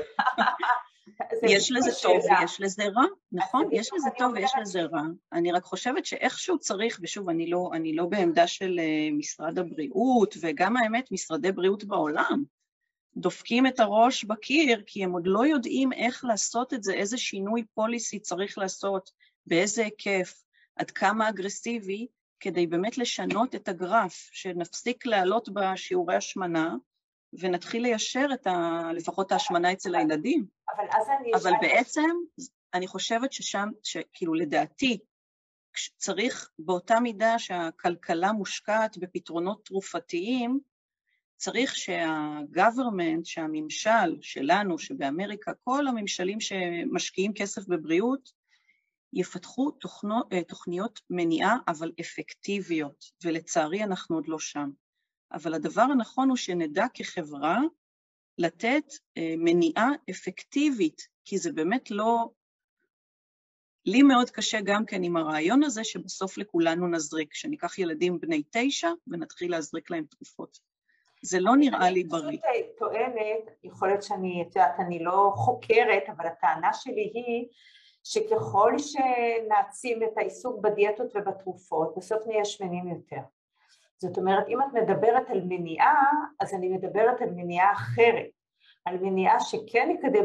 יש לזה טוב ויש לזה רע, נכון? יש לזה טוב ויש לזה רע. אני רק חושבת שאיכשהו צריך, ושוב, אני לא בעמדה של משרד הבריאות, וגם האמת, משרדי בריאות בעולם, דופקים את הראש בקיר, כי הם עוד לא יודעים איך לעשות את זה, איזה שינוי פוליסי צריך לעשות, באיזה היקף, עד כמה אגרסיבי, כדי באמת לשנות את הגרף, שנפסיק לעלות בשיעורי השמנה, ונתחיל ליישר לפחות ההשמנה אצל הילדים. אבל בעצם, אני חושבת שכאילו לדעתי, צריך באותה מידה שהכלכלה מושקעת בפתרונות תרופתיים, צריך שהגוורמנט, שהממשל שלנו, שבאמריקה, כל הממשלים שמשקיעים כסף בבריאות, יפתחו תוכניות מניעה, אבל אפקטיביות, ולצערי אנחנו עוד לא שם. אבל הדבר הנכון הוא שנדע כחברה לתת מניעה אפקטיבית, כי זה באמת לא, לי מאוד קשה גם כן עם הרעיון הזה, שבסוף לכולנו נזריק, שניקח ילדים בני 9 ונתחיל להזריק להם תרופות. זה לא נראה לי בריא. אני פשוט טוענת, יכול להיות אני לא חוקרת, אבל הטענה שלי היא, שככל שנעצים את העיסוק בדיאטות ובתרופות, בסוף נהיה שמנים יותר. זאת אומרת, אם את מדברת על מניעה, אז אני מדברת על מניעה אחרת, על מניעה שכן נקדם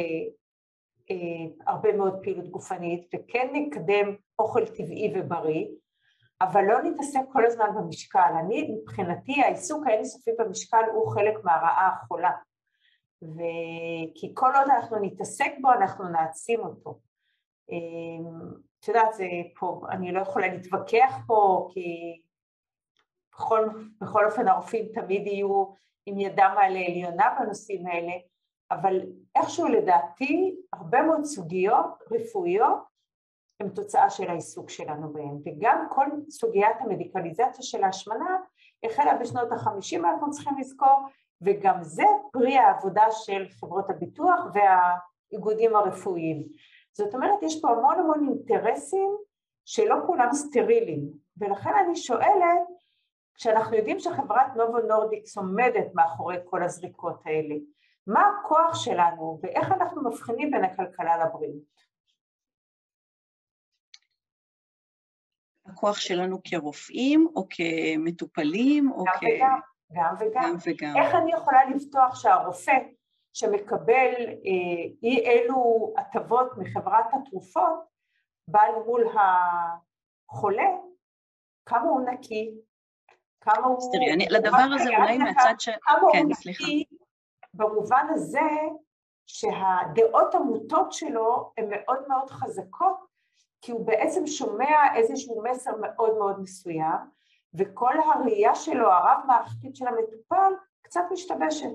הרבה מאוד פעילות גופנית, וכן נקדם אוכל טבעי ובריא, אבל לא נתעסק כל הזמן במשקל. מבחינתי, העיסוק האינסופי במשקל הוא חלק מהרעה החולה, כי כל עוד אנחנו נתעסק בו, אנחנו נעצים אותו. את יודעת, זה פה, אני לא יכולה להתווכח פה, כי בכל אופן הרופאים תמיד יהיו עם ידם על עליונה בנושאים האלה, אבל איכשהו לדעתי הרבה מאוד סוגיות רפואיות הן תוצאה של העיסוק שלנו בהן, וגם כל סוגיית המדיקליזציה של ההשמנה החלה בשנות ה-50, אנחנו צריכים לזכור, וגם זה פרי העבודה של חברות הביטוח והאיגודים הרפואיים. זאת אומרת, יש פה המון אינטרסים שלא כולם סטרילים, ולכן אני שואלת, כשאנחנו יודעים שחברת נובו נורדיקס עומדת מאחורי כל הזריקות האלה, מה הכוח שלנו ואיך אנחנו מבחינים בין הכלכלה לבריאות? הכוח שלנו כרופאים או כמטופלים או גם וגם. איך אני יכולה לבטוח שהרופא שמקבל אי אלו הטבות מחברת התרופות, בא מול החולה, כמה הוא נקי, כמה הוא... סתרי, לדבר הזה אולי מהצד ש... כן, סליחה. במובן הזה שהדעות המוטות שלו הן מאוד מאוד חזקות, כי הוא בעצם שומע איזשהו מסר מאוד מאוד מסוים, וכל הראייה שלו, הרב-מערכתית של המטופל, קצת משתבשת.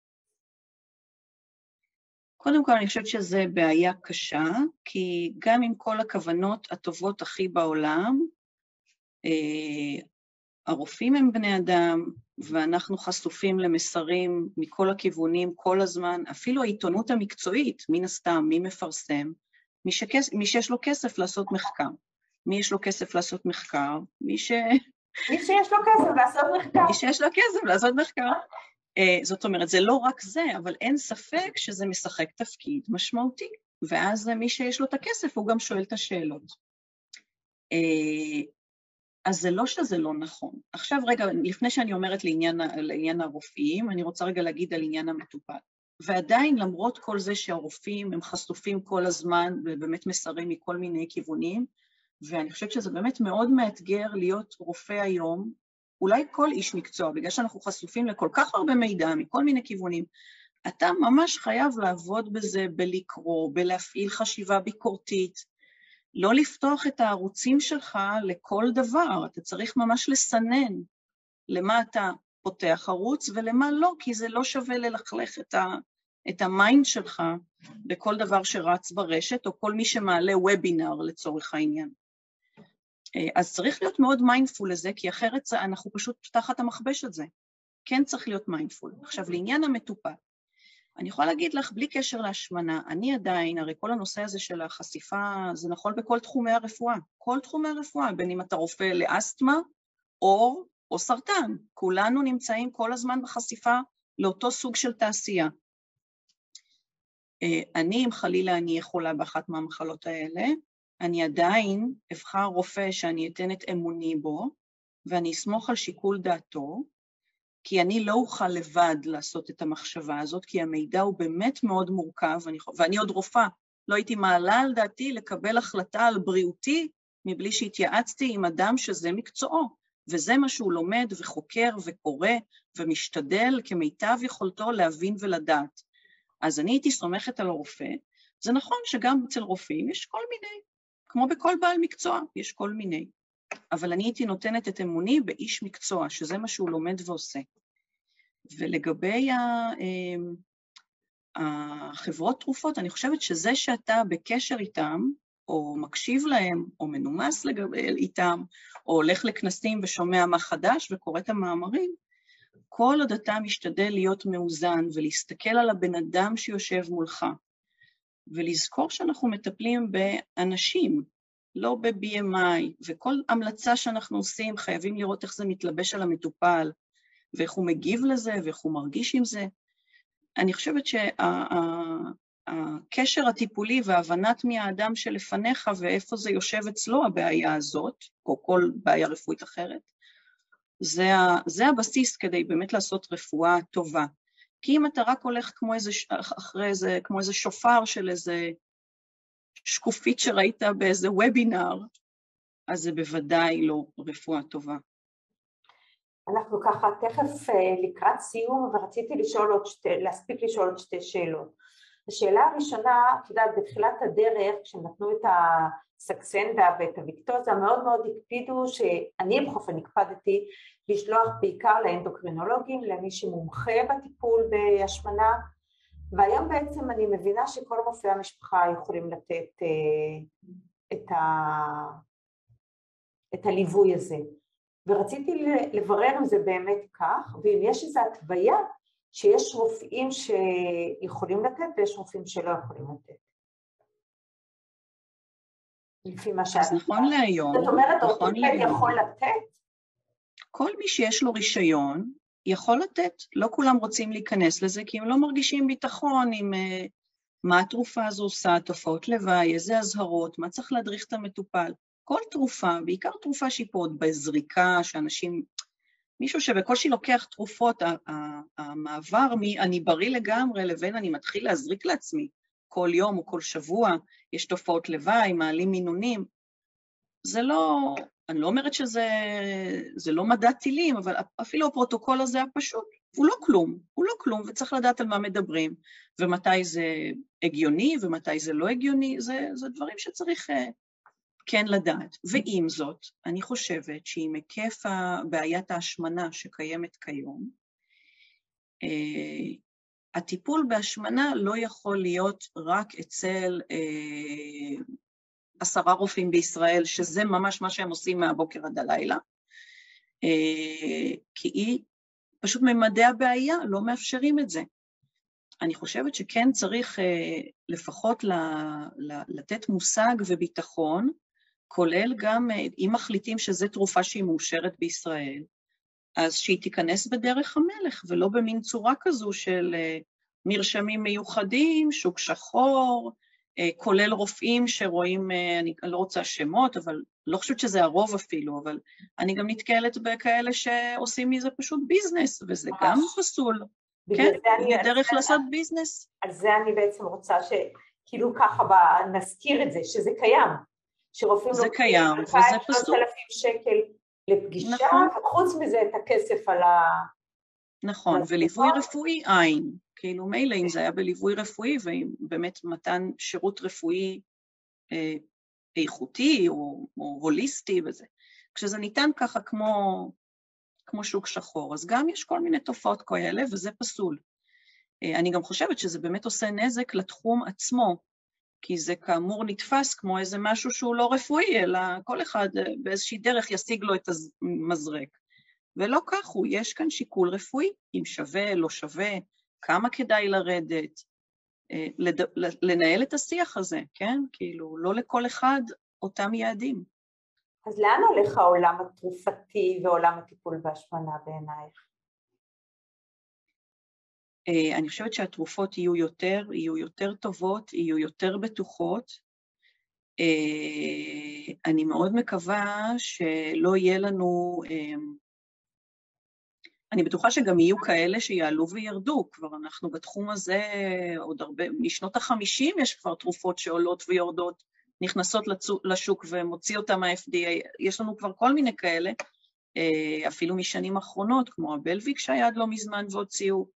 קודם כל אני חושבת שזה בעיה קשה, כי גם עם כל הכוונות הטובות הכי בעולם, הרופאים הם בני אדם, ואנחנו חשופים למסרים מכל הכיוונים כל הזמן, אפילו העיתונות המקצועית, מן הסתם, מי מפרסם, מי שיש לו כסף לעשות מחקר. מי יש לו כסף לעשות מחקר? מי שיש לו כסף לעשות מחקר. מי שיש לו כסף לעשות מחקר. זאת אומרת, זה לא רק זה, אבל אין ספק שזה משחק תפקיד משמעותי, ואז מי שיש לו את הכסף הוא גם שואל את השאלות. אז זה לא שזה לא נכון. עכשיו רגע, לפני שאני אומרת לעניין הרופאים, אני רוצה רגע להגיד על עניין המטופל. ועדיין למרות כל זה שהרופאים הם חשופים כל הזמן, ובאמת מסרים מכל מיני כיוונים, ואני חושבת שזה באמת מאוד מאתגר להיות רופא היום, אולי כל איש מקצוע, בגלל שאנחנו חשופים לכל כך הרבה מידע מכל מיני כיוונים, אתה ממש חייב לעבוד בזה, בלקרוא, בלהפעיל חשיבה ביקורתית, לא לפתוח את הערוצים שלך לכל דבר, אתה צריך ממש לסנן למה אתה פותח ערוץ ולמה לא, כי זה לא שווה ללכלך את המיינד שלך בכל דבר שרץ ברשת, או כל מי שמעלה וובינר לצורך העניין. אז צריך להיות מאוד מיינדפול לזה, כי אחרת אנחנו פשוט תחת המכבש את זה. כן צריך להיות מיינדפול. עכשיו, לעניין המטופל, אני יכולה להגיד לך, בלי קשר להשמנה, אני עדיין, הרי כל הנושא הזה של החשיפה, זה נכון בכל תחומי הרפואה. כל תחומי הרפואה, בין אם אתה רופא לאסתמה, או סרטן. כולנו נמצאים כל הזמן בחשיפה לאותו סוג של תעשייה. אני, אם חלילה אני יכולה באחת מהמחלות האלה, אני עדיין אבחר רופא שאני אתן את אמוני בו, ואני אסמוך על שיקול דעתו, כי אני לא אוכל לבד לעשות את המחשבה הזאת, כי המידע הוא באמת מאוד מורכב, ואני עוד רופאה, לא הייתי מעלה על דעתי לקבל החלטה על בריאותי, מבלי שהתייעצתי עם אדם שזה מקצועו, וזה מה שהוא לומד וחוקר וקורא ומשתדל כמיטב יכולתו להבין ולדעת. אז אני הייתי סומכת על הרופא, זה נכון שגם אצל רופאים יש כל מיני, כמו בכל בעל מקצוע, יש כל מיני. אבל אני הייתי נותנת את אמוני באיש מקצוע, שזה מה שהוא לומד ועושה. ולגבי החברות תרופות, אני חושבת שזה שאתה בקשר איתם, או מקשיב להם, או מנומס איתם, או הולך לכנסים ושומע מה חדש וקורא את המאמרים, כל עוד אתה משתדל להיות מאוזן ולהסתכל על הבן אדם שיושב מולך, ולזכור שאנחנו מטפלים באנשים, לא ב-BMI, וכל המלצה שאנחנו עושים חייבים לראות איך זה מתלבש על המטופל, ואיך הוא מגיב לזה, ואיך הוא מרגיש עם זה. אני חושבת שהקשר הטיפולי והבנת מי האדם שלפניך, ואיפה זה יושב אצלו הבעיה הזאת, או כל בעיה רפואית אחרת, זה הבסיס כדי באמת לעשות רפואה טובה. כי אם אתה רק הולך כמו איזה שופר של איזה שקופית שראית באיזה וובינר, אז זה בוודאי לא רפואה טובה. אנחנו ככה תכף לקראת סיום, ורציתי להספיק לשאול עוד שתי שאלות. השאלה הראשונה, את יודעת, בתחילת הדרך, כשנתנו את הסקסנדה ואת הוויקטוזה, מאוד מאוד הקפידו, שאני בכל אופן הקפדתי, לשלוח בעיקר לאנדוקרינולוגים, למי שמומחה בטיפול בהשמנה, והיום בעצם אני מבינה שכל רופאי המשפחה יכולים לתת את הליווי הזה. ורציתי לברר אם זה באמת כך, ואם יש איזו התוויה שיש רופאים שיכולים לתת ויש רופאים שלא יכולים לתת. לפי מה שאת... אז נכון להיום... זאת אומרת, אורתופד יכול לתת? כל מי שיש לו רישיון יכול לתת. לא כולם רוצים להיכנס לזה, כי הם לא מרגישים ביטחון עם מה התרופה הזו עושה, תופעות לוואי, איזה הזהרות, מה צריך להדריך את המטופל. כל תרופה, בעיקר תרופה שהיא פה עוד בזריקה, שאנשים, מישהו שבקושי לוקח תרופות, המעבר אני בריא לגמרי לבין אני מתחיל להזריק לעצמי כל יום או כל שבוע, יש תופעות לוואי, מעלים מינונים, זה לא, אני לא אומרת שזה לא מדע טילים, אבל אפילו הפרוטוקול הזה הפשוט, הוא לא כלום, וצריך לדעת על מה מדברים, ומתי זה הגיוני, ומתי זה לא הגיוני, זה דברים שצריך כן לדעת. ועם זאת, אני חושבת שעם היקף בעיית ההשמנה שקיימת כיום, הטיפול בהשמנה לא יכול להיות רק אצל 10 רופאים בישראל, שזה ממש מה שהם עושים מהבוקר עד הלילה, כי היא פשוט ממדי הבעיה, לא מאפשרים את זה. אני חושבת שכן צריך לפחות לתת מושג וביטחון, כולל גם, אם מחליטים שזו תרופה שהיא מאושרת בישראל, אז שהיא תיכנס בדרך המלך, ולא במין צורה כזו של מרשמים מיוחדים, שוק שחור, כולל רופאים שרואים, אני לא רוצה שמות, אבל לא חושבת שזה הרוב אפילו, אבל אני גם נתקלת בכאלה שעושים מזה פשוט ביזנס, וזה גם פסול. כן, זה דרך לעשות ביזנס. על זה אני בעצם רוצה שכאילו ככה נזכיר את זה, שזה קיים. שרופאים זה קיים, וזה פסול. 3,000 שקל לפגישה, נכון. וחוץ מזה את הכסף על ה... נכון, וליווי רפואי אין. כאילו מילא אם זה היה בליווי רפואי, ובאמת מתן שירות רפואי איכותי או הוליסטי וזה. כשזה ניתן ככה כמו שוק שחור, אז גם יש כל מיני תופעות כאלה, וזה פסול. אני גם חושבת שזה באמת עושה נזק לתחום עצמו, כי זה כאמור נתפס כמו איזה משהו שהוא לא רפואי, אלא כל אחד באיזושהי דרך ישיג לו את המזרק. ולא כך הוא, יש כאן שיקול רפואי, אם שווה, לא שווה, כמה כדאי לרדת, לנהל את השיח הזה, כן? כאילו, לא לכל אחד אותם יעדים. אז לאן הולך העולם התרופתי ועולם הטיפול בהשמנה בעינייך? אני חושבת שהתרופות יהיו יותר טובות, יהיו יותר בטוחות. אני מאוד מקווה שלא יהיה לנו, אני בטוחה שגם יהיו כאלה שיעלו וירדו, כבר אנחנו בתחום הזה עוד הרבה, משנות ה-50 יש כבר תרופות שעולות ויורדות, נכנסות לשוק ומוציא אותם מה-FDA, יש לנו כבר כל מיני כאלה, אפילו משנים אחרונות, כמו הבלוויק שהיה עד לא מזמן והוציאו.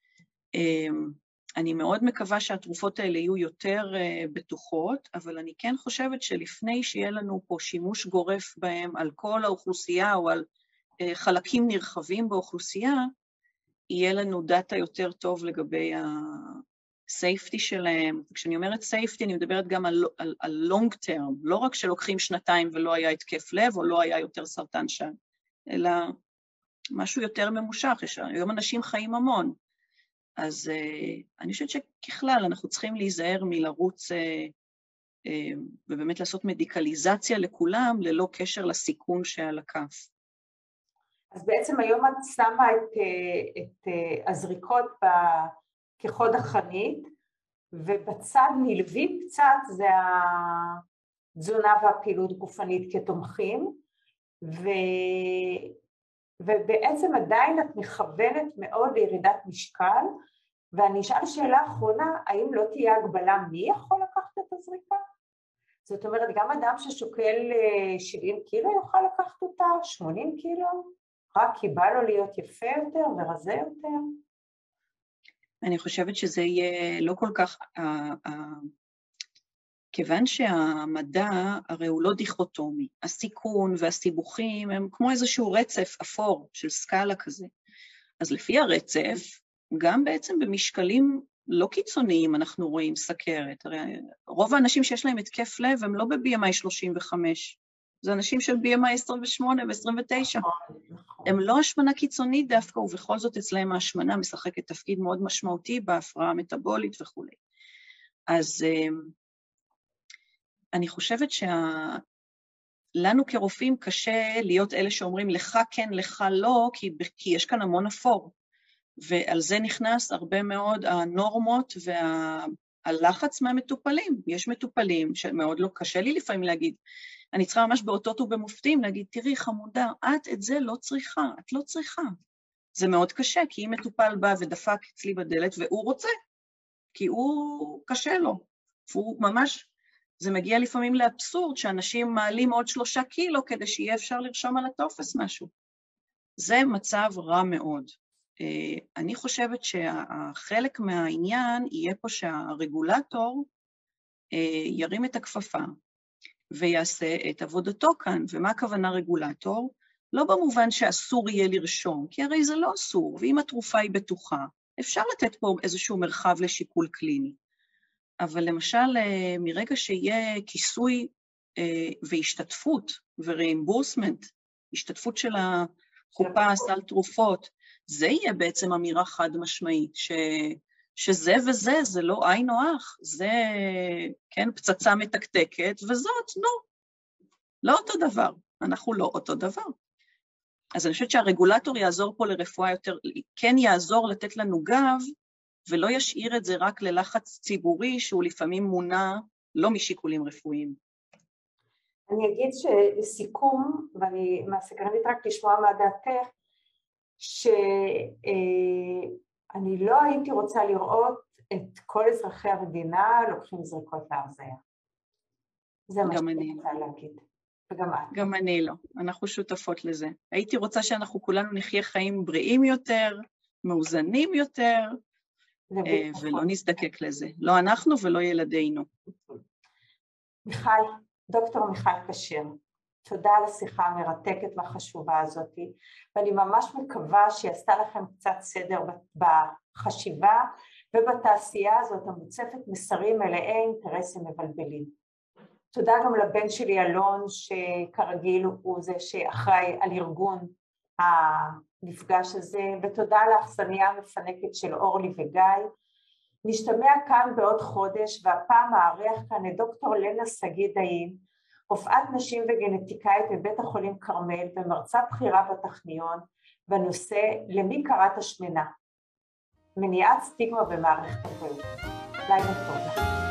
אני מאוד מקווה שהתרופות האלה יהיו יותר בטוחות, אבל אני כן חושבת שלפני שיהיה לנו פה שימוש גורף בהם על כל האוכלוסייה או על חלקים נרחבים באוכלוסייה, יהיה לנו דאטה יותר טוב לגבי ה-safety שלהם. כשאני אומרת safety, אני מדברת גם על long term, לא רק שלוקחים שנתיים ולא היה התקף לב, או לא היה יותר סרטן שד, אלא משהו יותר ממושך. היום אנשים חיים המון. אז אני חושבת שככלל אנחנו צריכים להיזהר מלרוץ ובאמת לעשות מדיקליזציה לכולם, ללא קשר לסיכון שעל הכף. אז בעצם היום את שמה את הזריקות כחוד החנית, ובצד נלווים קצת זה התזונה והפעילות גופנית כתומכים, ובעצם עדיין את מכוונת מאוד לירידת משקל, ואני אשאל שאלה אחרונה, האם לא תהיה הגבלה מי יכול לקחת את הזריקה? זאת אומרת, גם אדם ששוקל 70 קילו יוכל לקחת אותה, 80 קילו? רק כי בא לו להיות יפה יותר ורזה יותר? אני חושבת שזה יהיה לא כל כך, כיוון שהמדע הרי הוא לא דיכוטומי, הסיכון והסיבוכים הם כמו איזשהו רצף אפור של סקאלה כזה. אז לפי הרצף, גם בעצם במשקלים לא קיצוניים אנחנו רואים סכרת. הרי רוב האנשים שיש להם התקף לב הם לא ב-BMI 35, זה אנשים של BMI 28 ו-29. הם לא השמנה קיצונית דווקא, ובכל זאת אצלהם ההשמנה משחקת תפקיד מאוד משמעותי בהפרעה המטאבולית וכו'. אז אני חושבת לנו כרופאים קשה להיות אלה שאומרים לך כן, לך לא, כי יש כאן המון אפור. ועל זה נכנס הרבה מאוד הנורמות והלחץ מהמטופלים. יש מטופלים שמאוד לא קשה לי לפעמים להגיד, אני צריכה ממש באותות ובמופתים להגיד, תראי חמודה, את את זה לא צריכה, את לא צריכה. זה מאוד קשה, כי אם מטופל בא ודפק אצלי בדלת והוא רוצה, כי הוא קשה לו. הוא ממש, זה מגיע לפעמים לאבסורד שאנשים מעלים עוד 3 קילו כדי שיהיה אפשר לרשום על הטופס משהו. זה מצב רע מאוד. אני חושבת שהחלק מהעניין יהיה פה שהרגולטור ירים את הכפפה ויעשה את עבודתו כאן. ומה הכוונה רגולטור? לא במובן שאסור יהיה לרשום, כי הרי זה לא אסור, ואם התרופה היא בטוחה, אפשר לתת פה איזשהו מרחב לשיקול קליני. אבל למשל, מרגע שיהיה כיסוי והשתתפות ורימבורסמנט, השתתפות של הקופה, סל תרופות, זה יהיה בעצם אמירה חד משמעית, שזה וזה, זה לא עין או אח, זה, כן, פצצה מתקתקת, וזאת, לא אותו דבר, אנחנו לא אותו דבר. אז אני חושבת שהרגולטור יעזור פה לרפואה יותר, כן יעזור לתת לנו גב, ולא ישאיר את זה רק ללחץ ציבורי, שהוא לפעמים מונע לא משיקולים רפואיים. אני אגיד שלסיכום, ואני סקרנית רק לשמוע מה דעתך, שאני לא הייתי רוצה לראות את כל אזרחי המדינה לוקחים זריקות להרזיה. זה מה שאני רוצה להגיד. וגם את. גם אני לא. אנחנו שותפות לזה. הייתי רוצה שאנחנו כולנו נחיה חיים בריאים יותר, מאוזנים יותר, ולא נזדקק לזה. לא אנחנו ולא ילדינו. מיכל, דוקטור מיכל כשר, תודה על השיחה המרתקת והחשובה הזאת, ואני ממש מקווה שהיא עשתה לכם קצת סדר בחשיבה ובתעשייה הזאת המוצפת מסרים מלאי אינטרסים מבלבלים. תודה גם לבן שלי אלון, שכרגיל הוא זה שאחראי על ארגון המפגש הזה, ותודה לאכסניה המפנקת של אורלי וגיא. נשתמע כאן בעוד חודש, והפעם הארח כאן את דוקטור לנה שגיא-דאין, רופאת נשים וגנטיקאית בבית החולים כרמל ומרצה בכירה בטכניון, בנושא למי קראת השמנה, מניעת סטיגמה במערכת הבריאות. לילה טוב.